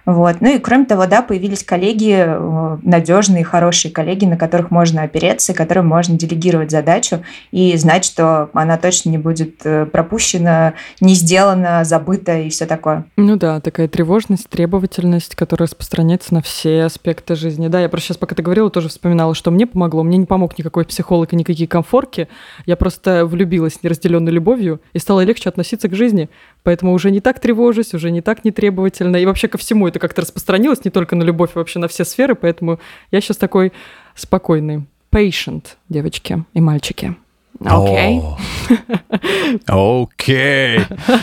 Вот. Ну и кроме того, да, появились коллеги, надежные, хорошие коллеги, на которых можно опереться, которым можно делегировать задачу и знать, что она точно не будет пропущена, не сделана, забыта и все такое. Ну да, такая тревожность, требовательность, которая распространяется на все аспекты жизни. Да, я просто сейчас, пока ты говорила, тоже вспоминала, что мне помогло. Мне не помог никакой психолог и никакие комфорки. Я просто влюбилась неразделенной любовью и стало легче относиться к жизни. Поэтому уже не так тревожусь, уже не так нетребовательно. И вообще ко всему это как-то распространилось, не только на любовь, а вообще на все сферы. Поэтому я сейчас такой спокойный. Patient, девочки и мальчики. Окей. Окей.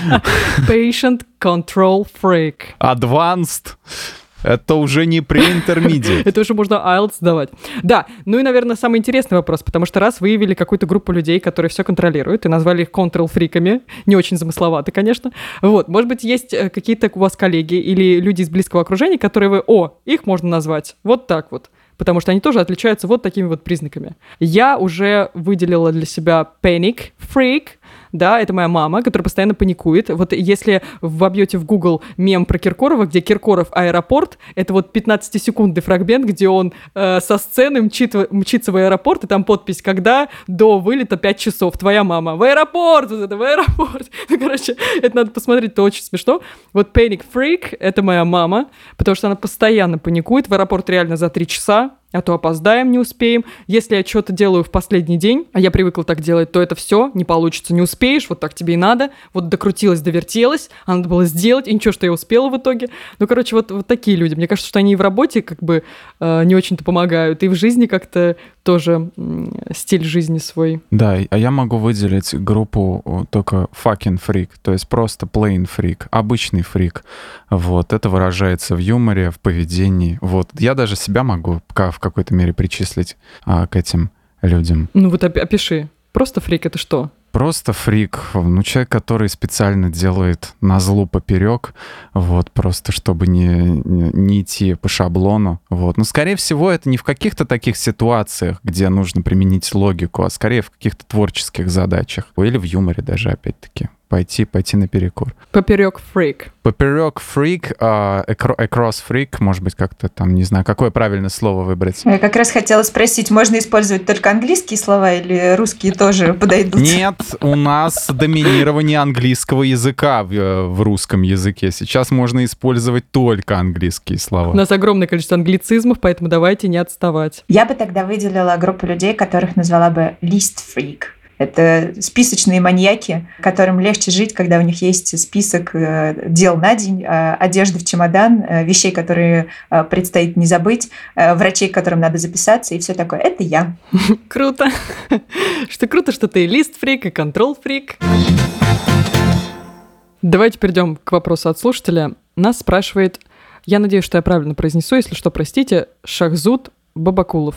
Patient control freak. Advanced. Это уже не pre-intermediate. Это уже можно IELTS сдавать. Да, ну и, наверное, самый интересный вопрос, потому что раз выявили какую-то группу людей, которые все контролируют, и назвали их control-фриками, не очень замысловато, конечно. Вот, может быть, есть какие-то у вас коллеги или люди из близкого окружения, которые их можно назвать вот так вот, потому что они тоже отличаются вот такими вот признаками. Я уже выделила для себя panic freak. Да, это моя мама, которая постоянно паникует. Вот если вобьете в Google мем про Киркорова, где Киркоров аэропорт, это вот 15-секундный фрагмент, где он со сцены мчится в аэропорт, и там подпись «Когда до вылета 5 часов? Твоя мама». В аэропорт! Вот это, в аэропорт! Ну, короче, это надо посмотреть, это очень смешно. Вот panic freak — это моя мама, потому что она постоянно паникует. В аэропорт реально за 3 часа. А то опоздаем, не успеем. Если я что-то делаю в последний день, а я привыкла так делать, то это все не получится, не успеешь, вот так тебе и надо. Вот докрутилась, довертелась, а надо было сделать, и ничего, что я успела в итоге. Ну, короче, вот такие люди. Мне кажется, что они и в работе как бы не очень-то помогают, и в жизни как-то тоже стиль жизни свой. Да, а я могу выделить группу только fucking freak, то есть просто plain freak, обычный фрик. Вот, это выражается в юморе, в поведении. Вот, я даже себя могу в какой-то мере причислить к этим людям. Ну вот опиши. Просто фрик — это что? Просто фрик, ну, человек, который специально делает назло поперек, вот, просто чтобы не идти по шаблону, вот. Но, скорее всего, это не в каких-то таких ситуациях, где нужно применить логику, а скорее в каких-то творческих задачах. Или в юморе даже, опять-таки. Пойти наперекор. Поперек фрик. Поперек фрик, across фрик, может быть, как-то там, не знаю, какое правильное слово выбрать. Я как раз хотела спросить, можно использовать только английские слова или русские тоже подойдут? Нет, у нас доминирование английского языка в русском языке. Сейчас можно использовать только английские слова. У нас огромное количество англицизмов, поэтому давайте не отставать. Я бы тогда выделила группу людей, которых назвала бы list freak. Это списочные маньяки, которым легче жить, когда у них есть список дел на день, одежды в чемодан, вещей, которые предстоит не забыть, врачей, к которым надо записаться, и все такое. Это я. Круто. Что круто, что ты лист-фрик и контрол-фрик. Давайте перейдем к вопросу от слушателя. Нас спрашивает, я надеюсь, что я правильно произнесу, если что, простите, Шахзуд Бабакулов.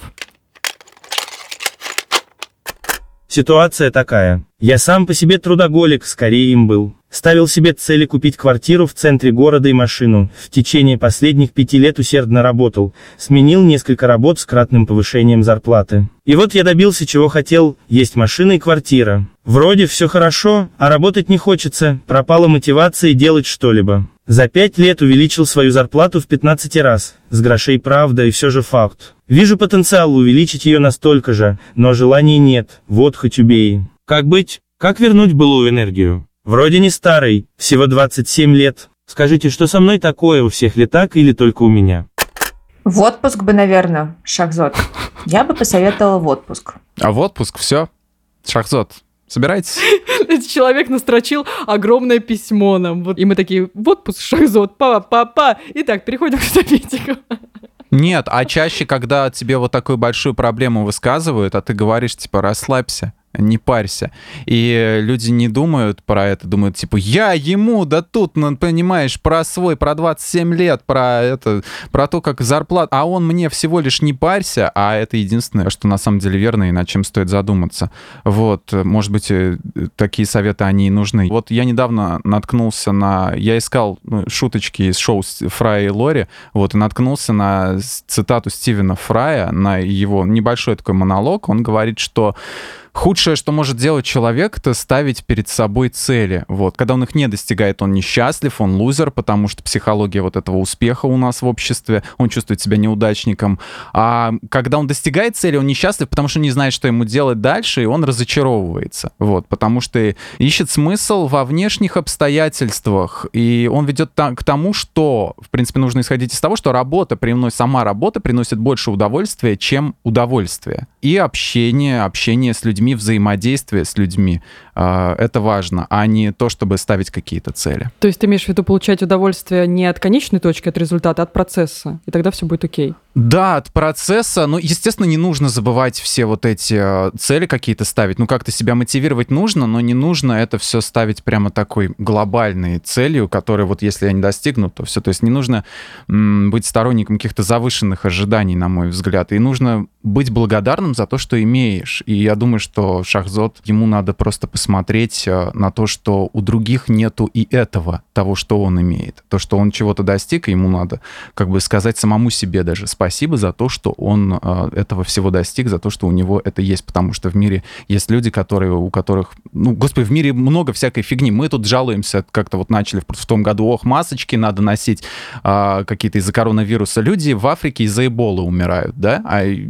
Ситуация такая. Я сам по себе трудоголик, скорее им был. Ставил себе цели купить квартиру в центре города и машину. В течение последних 5 лет усердно работал. Сменил несколько работ с кратным повышением зарплаты. И вот я добился чего хотел, есть машина и квартира. Вроде все хорошо, а работать не хочется, пропала мотивация делать что-либо. За 5 лет увеличил свою зарплату в 15 раз. С грошей правда и все же факт. Вижу потенциал увеличить ее настолько же, но желания нет, вот хоть убей. Как быть? Как вернуть былую энергию? Вроде не старый, всего 27 лет. Скажите, что со мной такое, у всех ли так или только у меня? В отпуск бы, наверное, Шахзод. Я бы посоветовала в отпуск. А в отпуск все? Шахзод, собирайтесь? Этот человек настрочил огромное письмо нам. Вот. И мы такие, в отпуск, Шахзод, папа. Итак, переходим к статистику. Нет, а чаще, когда тебе вот такую большую проблему высказывают, а ты говоришь, типа, расслабься, не парься. И люди не думают про это, думают, типа, я ему, да тут, ну, понимаешь, про 27 лет, про то, как зарплата, а он мне всего лишь не парься, а это единственное, что на самом деле верно и над чем стоит задуматься. Вот, может быть, такие советы, они и нужны. Вот я недавно наткнулся я искал шуточки из шоу Фрая и Лори, вот, и наткнулся на цитату Стивена Фрая, на его небольшой такой монолог. Он говорит, что Худшее, что может делать человек, это ставить перед собой цели. Вот. Когда он их не достигает, он несчастлив, он лузер, потому что психология вот этого успеха у нас в обществе, он чувствует себя неудачником. А когда он достигает цели, он несчастлив, потому что не знает, что ему делать дальше, и он разочаровывается. Вот. Потому что ищет смысл во внешних обстоятельствах, и он ведет к тому, что, в принципе, нужно исходить из того, что сама работа приносит больше удовольствия, чем удовольствие. И общение с людьми, взаимодействие с людьми. Это важно, а не то, чтобы ставить какие-то цели. То есть ты имеешь в виду получать удовольствие не от конечной точки, от результата, а от процесса, и тогда все будет окей. Да, от процесса. Ну, естественно, не нужно забывать все вот эти цели какие-то ставить. Ну, как-то себя мотивировать нужно, но не нужно это все ставить прямо такой глобальной целью, которой вот если я не достигну, то все. То есть не нужно быть сторонником каких-то завышенных ожиданий, на мой взгляд. И нужно быть благодарным за то, что имеешь. И я думаю, что Шахзод, ему надо просто посмотреть на то, что у других нету и этого, того, что он имеет. То, что он чего-то достиг, и ему надо как бы сказать самому себе даже спасибо за то, что он этого всего достиг, за то, что у него это есть, потому что в мире есть люди, у которых, в мире много всякой фигни. Мы тут жалуемся, как-то вот начали в том году, масочки надо носить какие-то из-за коронавируса. Люди в Африке из-за эболы умирают, да,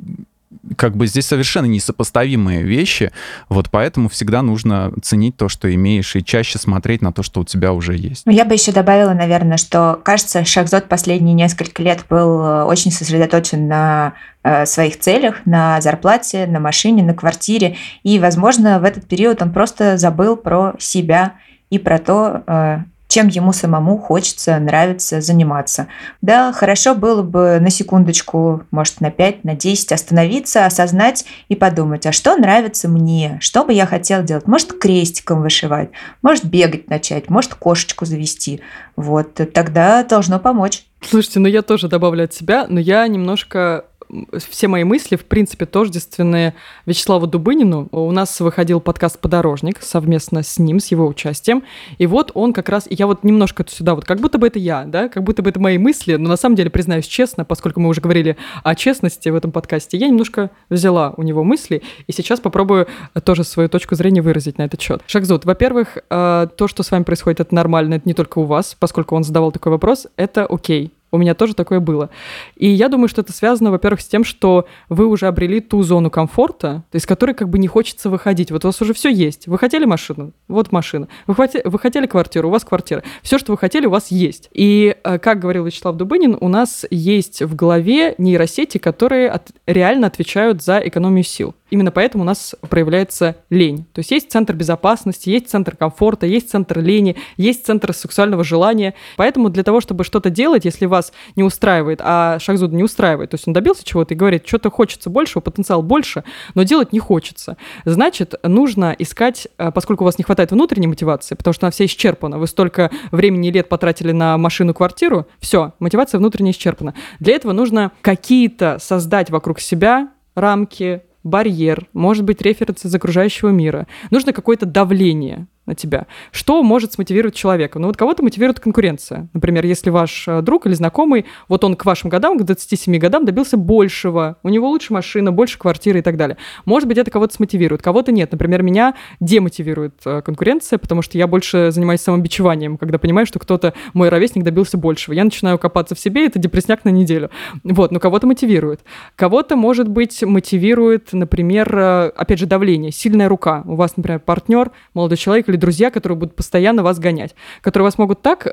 как бы здесь совершенно несопоставимые вещи, вот поэтому всегда нужно ценить то, что имеешь, и чаще смотреть на то, что у тебя уже есть. Я бы еще добавила, наверное, что, кажется, Шахзод последние несколько лет был очень сосредоточен на своих целях, на зарплате, на машине, на квартире, и, возможно, в этот период он просто забыл про себя и про то, чем ему самому хочется, нравится заниматься. Да, хорошо было бы на секундочку, может, на 5, на 10 остановиться, осознать и подумать, а что нравится мне, что бы я хотел делать? Может, крестиком вышивать, может, бегать начать, может, кошечку завести. Вот, тогда должно помочь. Слушайте, я тоже добавлю от себя, но я немножко... Все мои мысли, в принципе, тождественные Вячеславу Дубынину. У нас выходил подкаст «Подорожник» совместно с ним, с его участием. И вот он как раз... Я вот немножко сюда, вот как будто бы это я, да, как будто бы это мои мысли, но на самом деле, признаюсь честно, поскольку мы уже говорили о честности в этом подкасте, я немножко взяла у него мысли, и сейчас попробую тоже свою точку зрения выразить на этот счет. Шахзод, во-первых, то, что с вами происходит, это нормально, это не только у вас, поскольку он задавал такой вопрос, это окей. У меня тоже такое было. И я думаю, что это связано, во-первых, с тем, что вы уже обрели ту зону комфорта, из которой как бы не хочется выходить. Вот у вас уже все есть. Вы хотели машину? Вот машина. Вы хотели квартиру? У вас квартира. Все, что вы хотели, у вас есть. И, как говорил Вячеслав Дубынин, у нас есть в голове нейросети, которые реально отвечают за экономию сил. Именно поэтому у нас проявляется лень. То есть есть центр безопасности, есть центр комфорта, есть центр лени, есть центр сексуального желания. Поэтому для того, чтобы что-то делать, если вас не устраивает, а Шахзуда не устраивает, то есть он добился чего-то и говорит, что-то хочется больше, потенциал больше, но делать не хочется, значит, нужно искать, поскольку у вас не хватает внутренней мотивации, потому что она вся исчерпана, вы столько времени и лет потратили на машину, квартиру, все, мотивация внутренне исчерпана. Для этого нужно какие-то создать вокруг себя рамки, барьер, может быть, референс из окружающего мира. Нужно какое-то давление на тебя. Что может смотивировать человека? Вот кого-то мотивирует конкуренция. Например, если ваш друг или знакомый, вот он к вашим годам, к 27 годам добился большего, у него лучше машина, больше квартиры и так далее. Может быть, это кого-то смотивирует, кого-то нет. Например, меня демотивирует конкуренция, потому что я больше занимаюсь самобичеванием, когда понимаю, что кто-то, мой ровесник, добился большего. Я начинаю копаться в себе, это депрессняк на неделю. Но кого-то мотивирует. Кого-то, может быть, мотивирует, например, опять же, давление, сильная рука. У вас, например, партнер, молодой человек или друзья, которые будут постоянно вас гонять, которые вас могут так,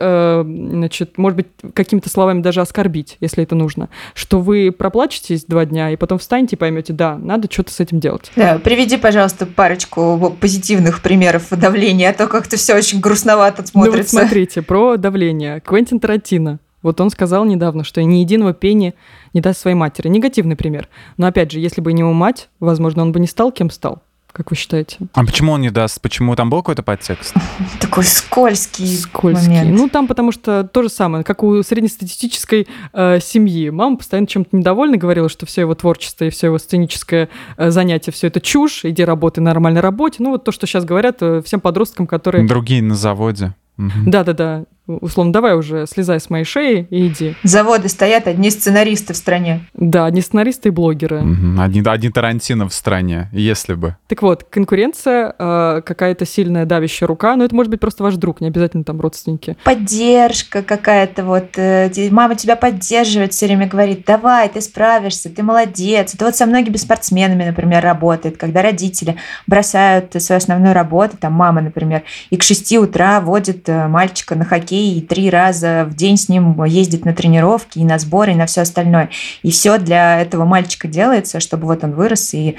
может быть, какими-то словами даже оскорбить, если это нужно, что вы проплачетесь 2 дня и потом встанете и поймете, да, надо что-то с этим делать. Да, приведи, пожалуйста, парочку позитивных примеров давления, а то как-то все очень грустновато смотрится. Вот смотрите, про давление. Квентин Тарантино. Вот он сказал недавно, что ни единого пенни не даст своей матери. Негативный пример. Но опять же, если бы не его мать, возможно, он бы не стал, кем стал. Как вы считаете? А почему он не даст? Почему там был какой-то подтекст? Такой скользкий момент. Там потому что то же самое, как у среднестатистической семьи. Мама постоянно чем-то недовольна, говорила, что все его творчество и все его сценическое занятие, все это чушь, иди работай на нормальной работе. Вот то, что сейчас говорят всем подросткам, которые... Другие на заводе. Да-да-да. условно, давай уже слезай с моей шеи и иди. Заводы стоят, одни сценаристы в стране. Да, одни сценаристы и блогеры. Один Тарантино в стране, если бы. Так вот, конкуренция, какая-то сильная давящая рука, но это может быть просто ваш друг, не обязательно там родственники. Поддержка какая-то вот. Мама тебя поддерживает, все время говорит, давай, ты справишься, ты молодец. Это вот со многими спортсменами, например, работает, когда родители бросают свою основную работу, там мама, например, и к 6 утра водит мальчика на хоккей, и 3 раза в день с ним ездит на тренировки, и на сборы, и на все остальное. И все для этого мальчика делается, чтобы вот он вырос и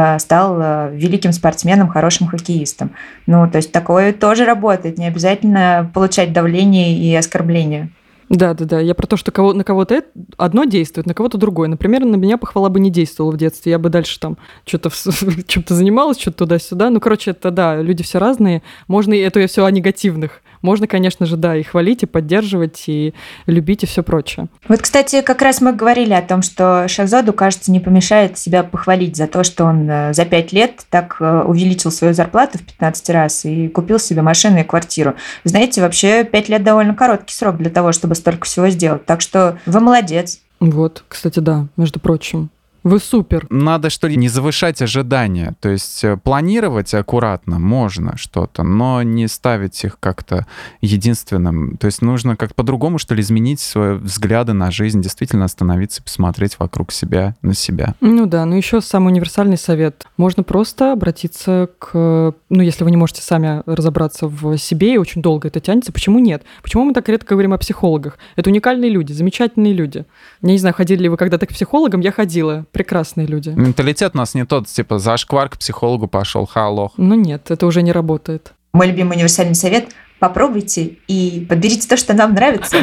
стал великим спортсменом, хорошим хоккеистом. Ну, то есть такое тоже работает, не обязательно получать давление и оскорбления. Да. Я про то, что на кого-то одно действует, на кого-то другое. Например, на меня похвала бы не действовала в детстве. Я бы дальше там что-то чем-то занималась, что-то туда-сюда. Ну, короче, это да, люди все разные. Можно, и это все о негативных. Можно, конечно же, да, и хвалить, и поддерживать, и любить, и все прочее. Вот, кстати, как раз мы говорили о том, что Шахзоду, кажется, не помешает себя похвалить за то, что он за 5 лет так увеличил свою зарплату в 15 раз и купил себе машину и квартиру. Знаете, вообще 5 лет довольно короткий срок для того, чтобы столько всего сделать. Так что вы молодец. Вот, кстати, да, между прочим. Вы супер. Надо, что ли, не завышать ожидания. То есть планировать аккуратно можно что-то, но не ставить их как-то единственным. То есть нужно как-то по-другому, что ли, изменить свои взгляды на жизнь, действительно остановиться, посмотреть вокруг себя, на себя. Ну да, ну еще самый универсальный совет. Можно просто обратиться к... Ну, если вы не можете сами разобраться в себе, и очень долго это тянется, почему нет? Почему мы так редко говорим о психологах? Это уникальные люди, замечательные люди. Я не знаю, ходили ли вы когда-то к психологам, я ходила. Прекрасные люди. Менталитет у нас не тот, типа, зашквар к психологу пошел, ха-лох. Ну нет, это уже не работает. Мой любимый универсальный совет – попробуйте и подберите то, что нам нравится.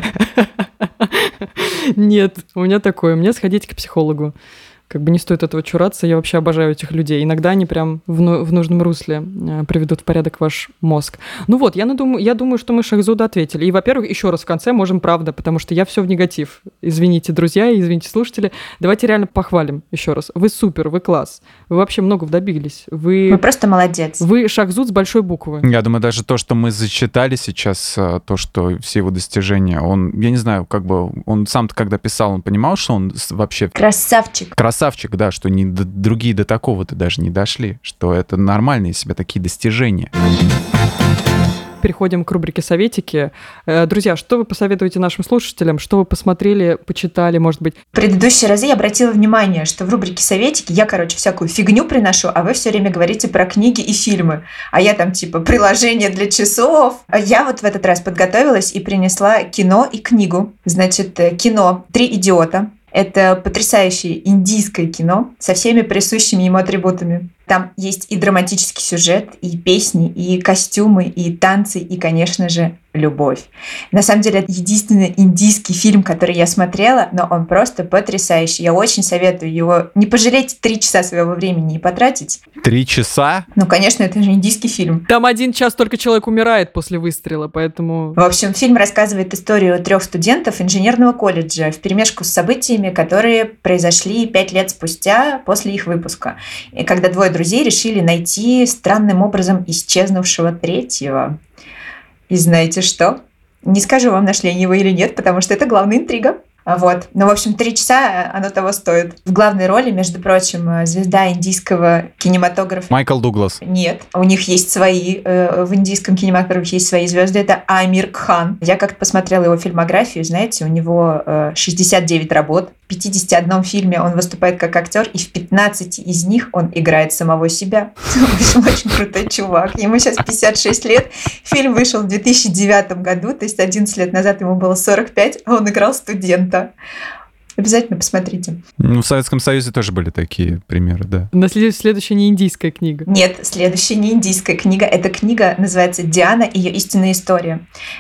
Нет, у меня такое. Мне сходить к психологу. Как бы не стоит этого чураться, я вообще обожаю этих людей. Иногда они прям в нужном русле приведут в порядок ваш мозг. Ну вот, я думаю, что мы Шахзоду ответили. И, во-первых, еще раз в конце можем правда, потому что я все в негатив. Извините, друзья, извините, слушатели. Давайте реально похвалим еще раз. Вы супер, вы класс. Вы вообще много добились. Вы просто молодец. Вы Шахзуд с большой буквы. Я думаю, даже то, что мы зачитали сейчас, то, что все его достижения, он, я не знаю, как бы, он сам-то, когда писал, он понимал, что он вообще... Красавчик, да, что другие до такого-то даже не дошли, что это нормальные себе такие достижения. Переходим к рубрике «Советики». Друзья, что вы посоветуете нашим слушателям? Что вы посмотрели, почитали, может быть? В предыдущие разы я обратила внимание, что в рубрике «Советики» я, всякую фигню приношу, а вы все время говорите про книги и фильмы. А я там типа приложение для часов. Я вот в этот раз подготовилась и принесла кино и книгу. Значит, кино «Три идиота». Это потрясающее индийское кино со всеми присущими ему атрибутами. Там есть и драматический сюжет, и песни, и костюмы, и танцы, и, конечно же, любовь. На самом деле, это единственный индийский фильм, который я смотрела, но он просто потрясающий. Я очень советую его. Не пожалейте 3 часа своего времени и потратить. 3 часа? Ну, конечно, это же индийский фильм. Там 1 час только человек умирает после выстрела, поэтому... В общем, фильм рассказывает историю 3 студентов инженерного колледжа вперемешку с событиями, которые произошли 5 лет спустя после их выпуска. И когда 2 друзей решили найти странным образом исчезнувшего 3-го. И знаете что? Не скажу вам, нашли они его или нет, потому что это главная интрига. Вот. Ну, в общем, 3 часа оно того стоит. В главной роли, между прочим, звезда индийского кинематографа. Майкл Дуглас. Нет. У них есть свои, в индийском кинематографе есть свои звезды. Это Амир Кхан. Я как-то посмотрела его фильмографию, знаете, у него 69 работ. В 51 фильме он выступает как актер, и в 15 из них он играет самого себя. В общем, очень крутой чувак. Ему сейчас 56 лет. Фильм вышел в 2009 году, то есть 11 лет назад ему было 45, а он играл студента. Обязательно посмотрите. Ну, в Советском Союзе тоже были такие примеры, да. На следующая не индийская книга. Нет, следующая не индийская книга. Эта книга называется «Диана. Ее истинная история».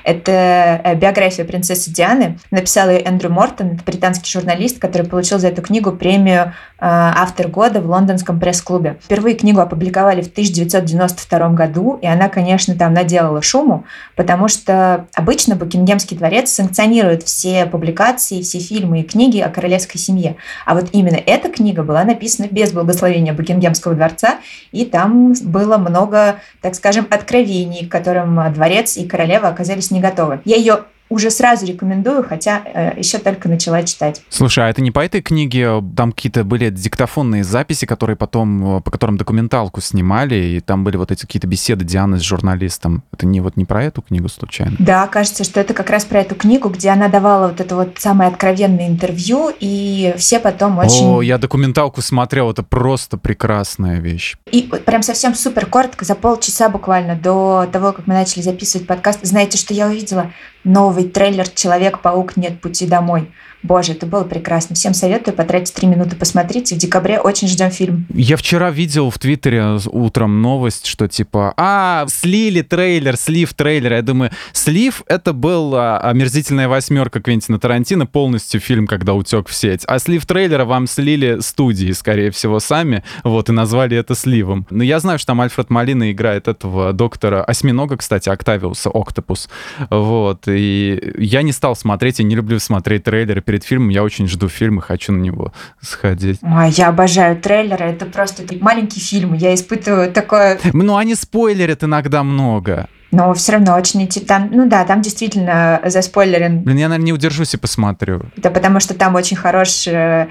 Это биография принцессы Дианы. Написал ее Эндрю Мортон, это британский журналист, который получил за эту книгу премию «Автор года» в лондонском пресс-клубе. Впервые книгу опубликовали в 1992 году, и она, конечно, там наделала шуму, потому что обычно Букингемский дворец санкционирует все публикации, все фильмы и книги о королевской семье. А вот именно эта книга была написана без благословения Букингемского дворца, и там было много, так скажем, откровений, к которым дворец и королева оказались не готовы. Я ее уже сразу рекомендую, хотя еще только начала читать. Слушай, а это не по этой книге, там какие-то были диктофонные записи, которые потом, по которым документалку снимали, и там были вот эти какие-то беседы Дианы с журналистом. Это не про эту книгу случайно? Да, кажется, что это как раз про эту книгу, где она давала вот это вот самое откровенное интервью, и все потом очень... О, я документалку смотрел, это просто прекрасная вещь. И прям совсем супер коротко, за полчаса буквально до того, как мы начали записывать подкаст, знаете, что я увидела? Новый трейлер «Человек-паук. Нет пути домой». Боже, это было прекрасно. Всем советую потратить 3 минуты посмотреть. В декабре очень ждем фильм. Я вчера видел в Твиттере утром новость, что типа, слили трейлер, слив трейлера. Я думаю, слив — это был «Омерзительная восьмерка» Квентина Тарантино, полностью фильм, когда утек в сеть. А слив трейлера вам слили студии, скорее всего, сами, вот, и назвали это сливом. Но я знаю, что там Альфред Молина играет этого доктора Осьминога, кстати, Октавиуса, Октопус. Вот, и я не стал смотреть, я не люблю смотреть трейлеры перед фильмом, я очень жду фильм и хочу на него сходить. Ой, я обожаю трейлеры, это просто маленький фильм, я испытываю такое... Ну, они спойлерят иногда много. Но все равно очень там, там действительно заспойлерен. Блин, я, наверное, не удержусь и посмотрю. Это потому, что там очень хорош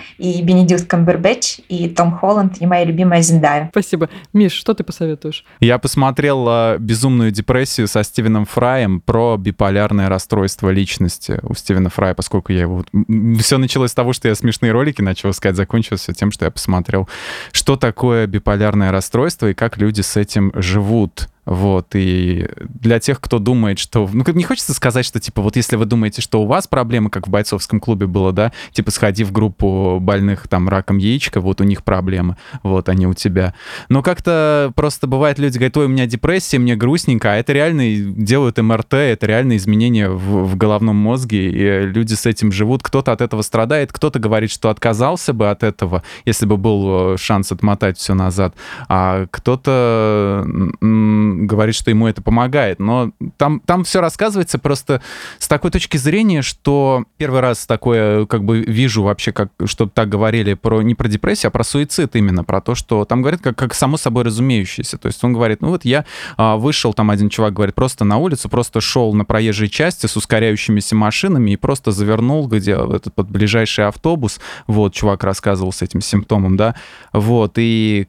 и Бенедикт Камбербэтч, и Том Холланд, и моя любимая Зендая. Спасибо. Миш, что ты посоветуешь? Я посмотрел «Безумную депрессию» со Стивеном Фраем про биполярное расстройство личности у Стивена Фрая, поскольку я его... Все началось с того, что я смешные ролики начал искать, закончилось все тем, что я посмотрел, что такое биполярное расстройство и как люди с этим живут. Вот, и для тех, кто думает, что... не хочется сказать, что, вот если вы думаете, что у вас проблемы, как в бойцовском клубе было, да, сходи в группу больных, там, раком яичка, вот у них проблемы, вот, они у тебя. Но как-то просто бывает, люди говорят, ой, у меня депрессия, мне грустненько, а это реально делают МРТ, это реально изменения в головном мозге, и люди с этим живут. Кто-то от этого страдает, кто-то говорит, что отказался бы от этого, если бы был шанс отмотать все назад, а кто-то... говорит, что ему это помогает. Но там все рассказывается просто с такой точки зрения, что первый раз такое вижу вообще, что так говорили не про депрессию, а про суицид именно, про то, что там говорят как само собой разумеющееся. То есть он говорит, я вышел, там один чувак говорит, просто на улицу, просто шел на проезжей части с ускоряющимися машинами и просто завернул, где этот ближайший автобус, вот, чувак рассказывал с этим симптомом, да, вот, и,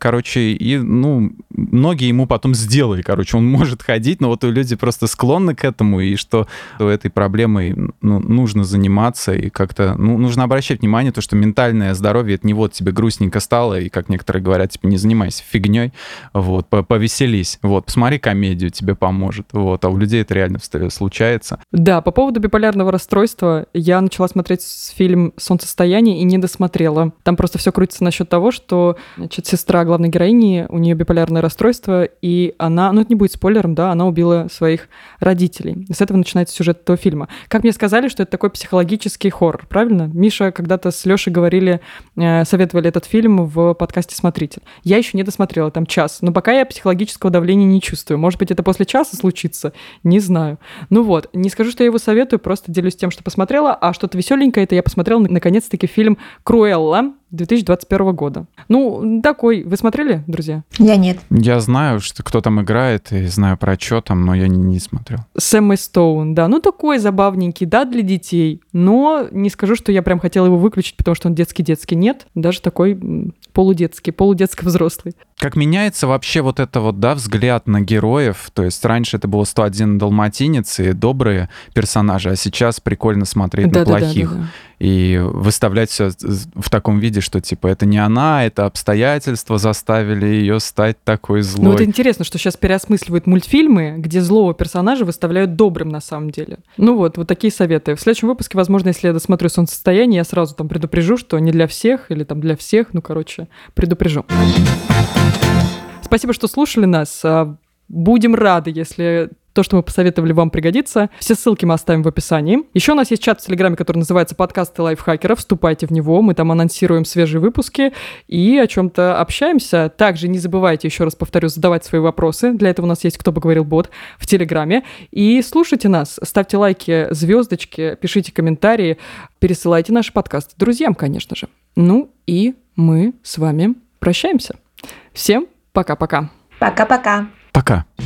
многие ему потом сделали, он может ходить, но вот люди просто склонны к этому, и что этой проблемой нужно заниматься, и как-то нужно обращать внимание, то, что ментальное здоровье — это не вот тебе грустненько стало, и, как некоторые говорят, не занимайся фигней, вот, повеселись, вот, посмотри комедию, тебе поможет, вот, а у людей это реально случается. Да, по поводу биполярного расстройства я начала смотреть фильм «Солнцестояние» и не досмотрела. Там просто все крутится насчет того, что, сестра главной героини, у нее биполярное расстройство, и она, это не будет спойлером, да, она убила своих родителей. И с этого начинается сюжет этого фильма. Как мне сказали, что это такой психологический хоррор, правильно? Миша когда-то с Лешей говорили, советовали этот фильм в подкасте «Смотритель». Я еще не досмотрела, там час, но пока я психологического давления не чувствую. Может быть, это после часа случится? Не знаю. Не скажу, что я его советую, просто делюсь тем, что посмотрела, а что-то веселенькое, это я посмотрела, наконец-таки, фильм «Круэлла» 2021 года. Такой. Вы смотрели, друзья? Я нет. Я знаю, кто там играет, и знаю про что там, но я не смотрел. С Эммой Стоун, да. Такой забавненький, да, для детей. Но не скажу, что я прям хотела его выключить, потому что он детский-детский. Нет, даже такой полудетско-взрослый. Как меняется вообще взгляд на героев. То есть раньше это было 101 далматинец и добрые персонажи, а сейчас прикольно смотреть на плохих. Да. И выставлять все в таком виде, что это не она, это обстоятельства заставили ее стать такой злой. Это интересно, что сейчас переосмысливают мультфильмы, где злого персонажа выставляют добрым на самом деле. Вот такие советы. В следующем выпуске, возможно, если я досмотрю «Солнцестояние», я сразу там предупрежу, что не для всех или там для всех, предупрежу. Спасибо, что слушали нас. Будем рады, если то, что мы посоветовали, вам пригодится. Все ссылки мы оставим в описании. Еще у нас есть чат в Телеграме, который называется «Подкасты лайфхакеров». Вступайте в него, мы там анонсируем свежие выпуски и о чем-то общаемся. Также не забывайте, еще раз повторю, задавать свои вопросы. Для этого у нас есть «Кто бы говорил бот» в Телеграме. И слушайте нас, ставьте лайки, звездочки, пишите комментарии, пересылайте наши подкасты друзьям, конечно же. И мы с вами прощаемся. Всем пока-пока. Пока-пока. Пока.